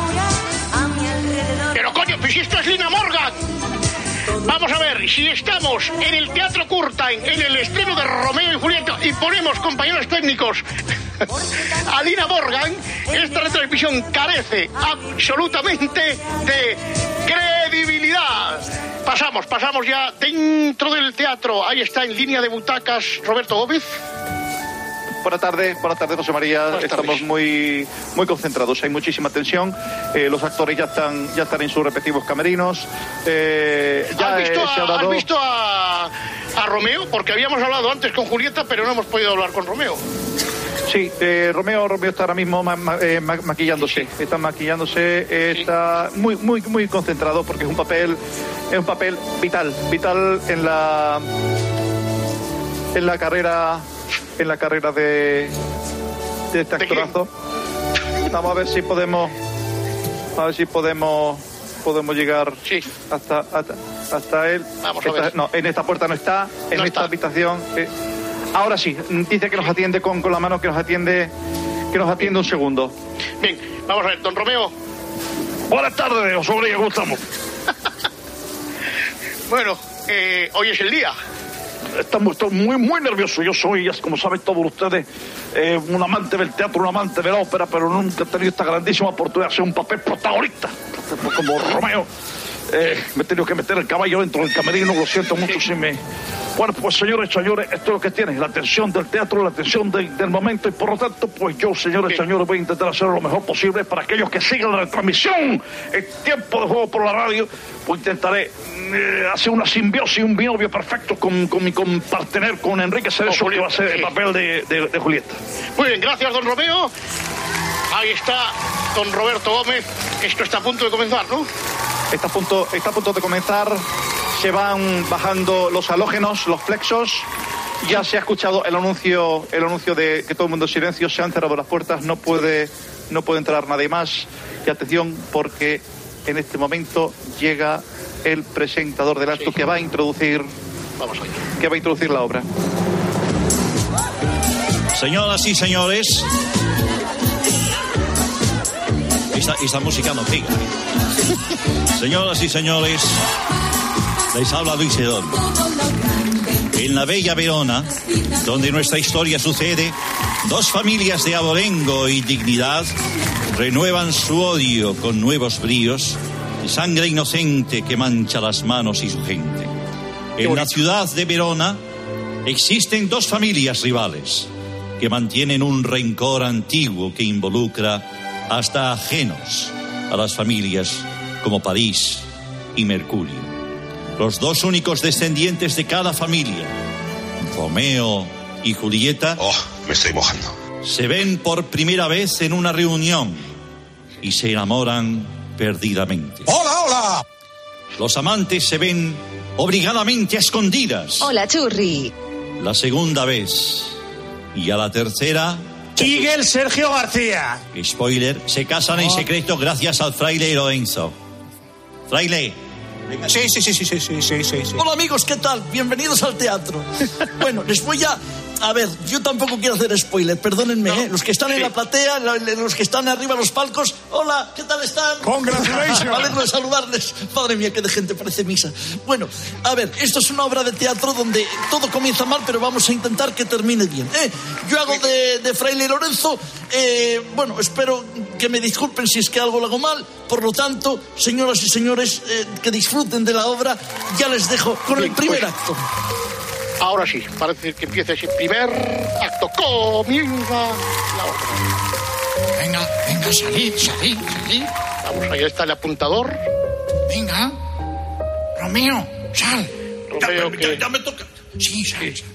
Pero coño, pues esto es Lina Morgan. Vamos a ver, si estamos en el Teatro Curtain, en el estreno de Romeo y Julieta, y ponemos compañeros técnicos a Lina Morgan, esta retransmisión carece absolutamente de credibilidad. Pasamos, pasamos ya dentro del teatro. Ahí está en línea de butacas Roberto Gómez. Buenas tardes, buenas tardes, José María. Buenas Estamos tardes. muy muy concentrados, hay muchísima tensión. Eh, los actores ya están ya están en sus respectivos camerinos. Eh, ya ¿Has visto, eh, se ha a, dado... ¿has visto a, a Romeo? Porque habíamos hablado antes con Julieta, pero no hemos podido hablar con Romeo. Sí, eh, Romeo Romeo está ahora mismo ma ma eh, ma maquillándose, está maquillándose, eh, está muy muy muy concentrado porque es un papel es un papel vital, vital en la en la carrera en la carrera de de este actorazo. Vamos a ver si podemos a ver si podemos podemos llegar hasta, hasta hasta él. Vamos a Esta- ver. No, en esta puerta no está, en No esta está. habitación. eh, Ahora sí, dice que nos atiende con, con la mano, que nos atiende que nos atiende un segundo. Bien, vamos a ver, don Romeo. Buenas tardes, sobre ¿cómo estamos? Bueno, eh, hoy es el día. Estamos, estoy muy, muy nervioso. Yo soy, como saben todos ustedes, eh, un amante del teatro, un amante de la ópera, pero nunca he tenido esta grandísima oportunidad de hacer un papel protagonista. Como Romeo. Eh, me he tenido que meter el caballo dentro del camerino, lo siento mucho si me... Bueno, pues señores, señores, esto es lo que tiene, la tensión del teatro, la tensión de- del momento, y por lo tanto, pues yo, señores, señores, voy a intentar hacer lo mejor posible para aquellos que sigan la retransmisión en tiempo de juego por la radio, pues intentaré eh, hacer una simbiosis, un binomio perfecto con, con mi compartener, con Enrique Cerezo, que va a ser el papel de, de, de Julieta. Muy bien, gracias, don Romeo. Ahí está don Roberto Gómez. Esto está a punto de comenzar, ¿no? Está a punto, está a punto de comenzar. Se van bajando los halógenos, los flexos. Ya se ha escuchado el anuncio, el anuncio de que todo el mundo en silencio. Se han cerrado las puertas. No puede, no puede entrar nadie más. Y atención, porque en este momento llega el presentador del acto que va a introducir, Vamos allá. que va a introducir la obra. Señoras y señores, esta, esta música no pega. Señoras y señores, les habla Luis Edón. En la bella Verona, donde nuestra historia sucede, dos familias de abolengo y dignidad renuevan su odio con nuevos bríos, de sangre inocente que mancha las manos y su gente. En la ciudad de Verona existen dos familias rivales que mantienen un rencor antiguo que involucra hasta ajenos a las familias como París y Mercurio. Los dos únicos descendientes de cada familia, Romeo y Julieta, oh, me estoy mojando, se ven por primera vez en una reunión y se enamoran perdidamente. ¡Hola, hola! Los amantes se ven obligadamente a escondidas. Hola, churri. La segunda vez y a la tercera... Miguel Sergio García. Spoiler, se casan en secreto gracias al fraile Lorenzo. Fraile. Sí, sí, sí, sí, sí, sí, sí, sí. Hola amigos, ¿qué tal? Bienvenidos al teatro. Bueno, les voy a... A ver, yo tampoco quiero hacer spoiler, perdónenme, ¿eh? Los que están en la platea, la- los que están arriba en los palcos, hola, ¿qué tal están? Congratulations. Me alegro de saludarles. Madre mía, qué de gente, parece misa. Bueno, a ver, esto es una obra de teatro donde todo comienza mal, pero vamos a intentar que termine bien, ¿eh? Yo hago de, de Fraile Lorenzo, eh, bueno, espero que me disculpen si es que algo lo hago mal, por lo tanto, señoras y señores, eh, que disfruten de la obra, ya les dejo con el primer acto. Ahora sí, parece que empieza ese primer acto. Comienza la obra. Venga, venga, salid, salid, salid. Vamos, ahí está el apuntador. Venga. Romeo, sal. Romeo ya, que... ya me toca. Sí, sal, sal.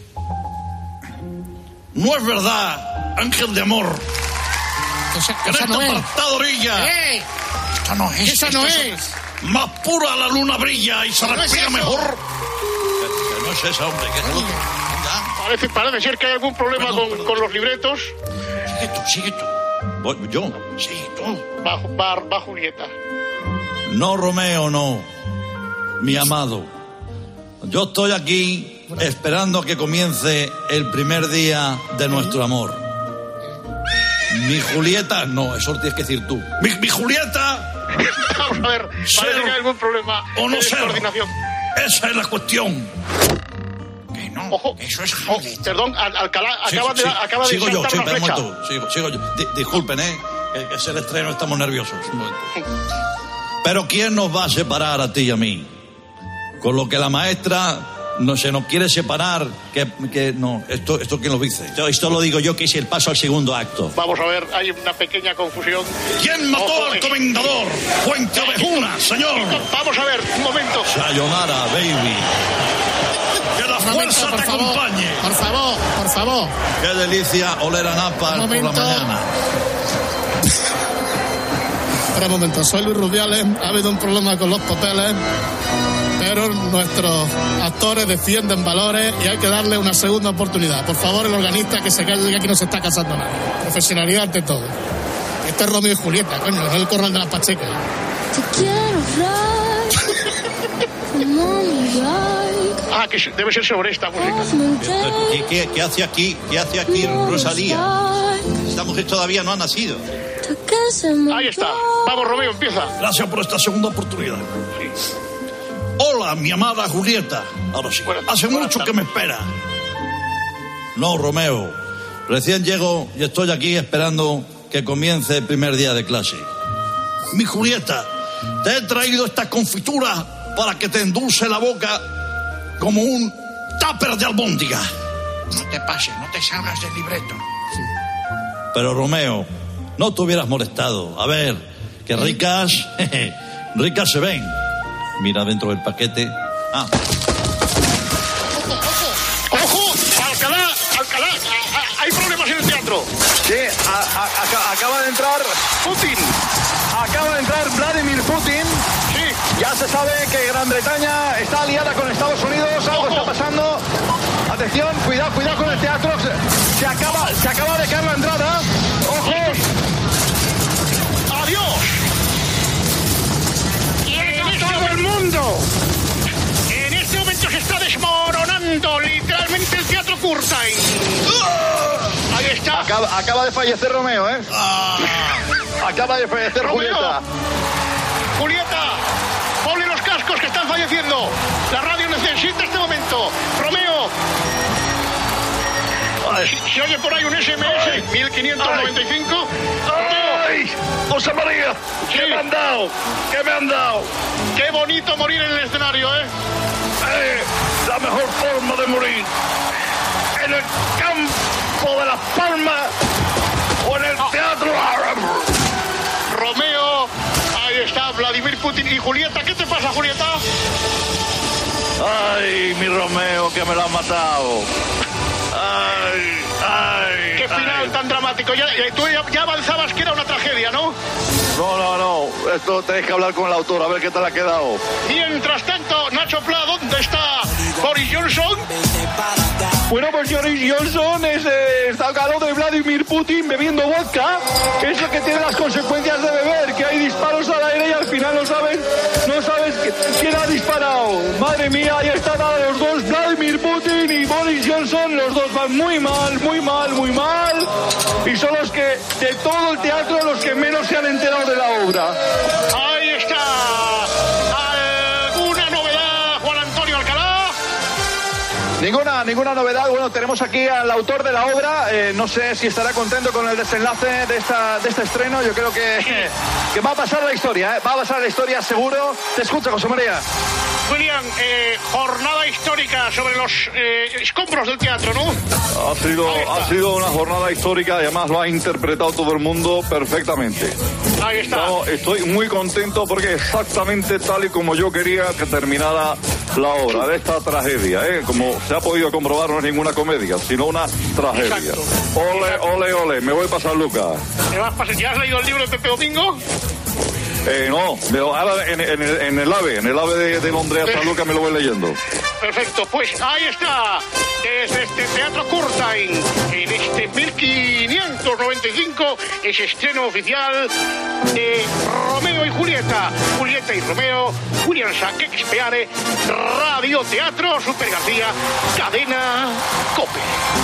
No es verdad, ángel de amor. Esa, Que en esa esta no es. apartada orilla, ¡Eh! Esto no es. esa esto no es. es. Más pura la luna brilla y se No es respira eso. mejor. Que no es esa, hombre. Que no. Parece, parece ser que hay algún problema con, con los libretos. Sigue tú, sigue tú. Voy- ¿Yo? Sí, tú. Va, va, va Julieta. No, Romeo, no. mi amado, yo estoy aquí esperando que comience el primer día de nuestro amor. Mi Julieta, no, eso lo tienes que decir tú. Mi, mi Julieta. Vamos a ver, parece que hay algún problema o no de ser. coordinación. Esa es la cuestión. Que no, Ojo. Eso es Hamlet. Perdón, Al- Alcalá Sí, acaba sí, de, acaba de sigo yo, soltar sí, una espera un flecha. momento, sigo, sigo yo. Di- disculpen, ¿eh? Que, que es el estreno, estamos nerviosos. Un momento. Pero ¿quién nos va a separar a ti y a mí? Con lo que la maestra no se nos quiere separar, que, que no, esto, esto quién lo dice. Esto, esto lo digo yo, que es el paso al segundo acto. Vamos a ver, hay una pequeña confusión. ¿Quién mató Ojo, al eh. comendador? Fuente Ovejuna, señor. Vamos a ver, un momento. Sayonara, baby. Que la Un momento, fuerza por te favor, acompañe. Por favor, por favor. Qué delicia oler a napa Un por la momento. mañana. Espera un momento, soy Luis Rubiales, ha habido un problema con los papeles, pero nuestros actores defienden valores y hay que darle una segunda oportunidad. Por favor, el organista, que se calle, que aquí no se está casando nadie. Profesionalidad ante todo. Este es Romeo y Julieta, coño, no es el corral de las Pachecas. Te quiero Ah, que debe ser sobre esta música. ¿Qué, qué, qué hace aquí? ¿Qué hace aquí Rosalía? Esta mujer todavía no ha nacido. Ahí está. Vamos, Romeo, empieza. Gracias por esta segunda oportunidad. Hola, mi amada Julieta. Ahora sí. Hace mucho que me espera. No, Romeo. Recién llego y estoy aquí esperando que comience el primer día de clase. Mi Julieta, te he traído esta confitura para que te endulce la boca como un tupper de albóndiga. No te pases, no te salgas del libreto. Pero, Romeo, no te hubieras molestado. A ver, que ricas, jeje, ricas se ven. Mira dentro del paquete. Ah, ¡Ojo! ¡Alcalá! ¡Alcalá! a- a- ¡Hay problemas en el teatro! Sí, a- a- aca- acaba de entrar Putin. Acaba de entrar Vladimir Putin. Sí. Ya se sabe que Gran Bretaña está aliada con Estados Unidos. Algo está pasando. Atención, cuidado, cuidado con el teatro. Se, se acaba, se acaba de caer la entrada. ¡Ojo! ¡Adiós! ¡En todo el mundo! En este momento se está desmoronando literalmente el teatro Curtain. Ahí está. Acaba, acaba de fallecer Romeo, ¿eh? Acaba de fallecer Romeo. Julieta. Julieta, ponle los cascos que están falleciendo. La radio necesita este momento. Romeo. Si, si oye por ahí un S M S, mil quinientos noventa y cinco. ¡Ay! ¡José María! ¿Qué me han dado? ¿Qué me han dado? Qué bonito morir en el escenario, ¿eh? Eh, la mejor forma de morir. En el campo de Las Palmas o en el teatro árabe. Romeo, ahí está Vladimir Putin. ¿Y Julieta? ¿Qué te pasa, Julieta? Ay, mi Romeo, que me lo han matado. Ay, ay. Qué final ay. tan dramático. Ya, ya- tú ya, ya avanzabas que era una tragedia, ¿no? No, no, no. Esto tenéis que hablar con el autor, a ver qué tal ha quedado. Mientras tanto, Nacho Pla, ¿dónde está Boris Johnson? Bueno, pues Boris Johnson es, eh, está al lado de Vladimir Putin bebiendo vodka, que es lo que tiene las consecuencias de beber, que hay disparos al aire y al final no sabes, no sabes que- quién ha disparado. Madre mía, ahí están a los dos, Vladimir Putin y Boris Johnson, los dos van muy mal, muy mal, muy mal, y son los que, de todo el teatro, los que menos se han enterado de la obra. Ahí está. ¿Alguna novedad, Juan Antonio Alcalá? Ninguna, ninguna novedad. Bueno, tenemos aquí al autor de la obra. Eh, no sé si estará contento con el desenlace de esta, de este estreno. Yo creo que, que va a pasar la historia, ¿eh? Va a pasar la historia seguro. Te escucho, José María. William, eh, jornada histórica sobre los eh, escombros del teatro, ¿no? Ha sido, ha sido una jornada histórica y además lo ha interpretado todo el mundo perfectamente. Ahí está. No, estoy muy contento porque exactamente tal y como yo quería que terminara la obra de esta tragedia, ¿eh? Como se ha podido comprobar, no es ninguna comedia, sino una tragedia. Exacto. Ole, ole, ole, me voy para San Lucas. ¿Te vas a pasar? ¿Ya has leído el libro de Pepe Domingo? Eh, no, pero ahora en, en, en el AVE, en el AVE de, de Londres a San Lucas me lo voy leyendo. Perfecto, pues ahí está, desde este Teatro Curtain, en este mil quinientos noventa y cinco, es estreno oficial de Romeo y Julieta, Julieta y Romeo, William Shakespeare, Radio Teatro, Super García, Cadena COPE.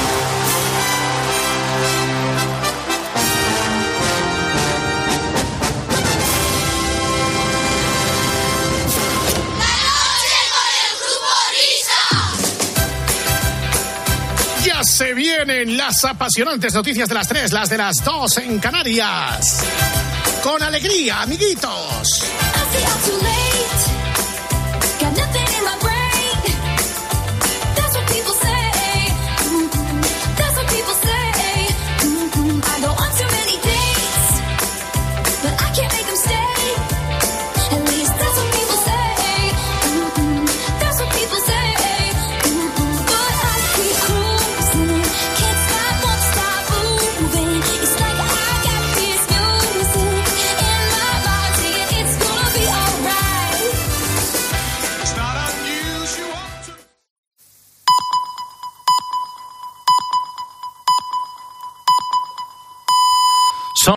Ya se vienen las apasionantes noticias de las tres, las de las dos en Canarias. Con alegría, amiguitos.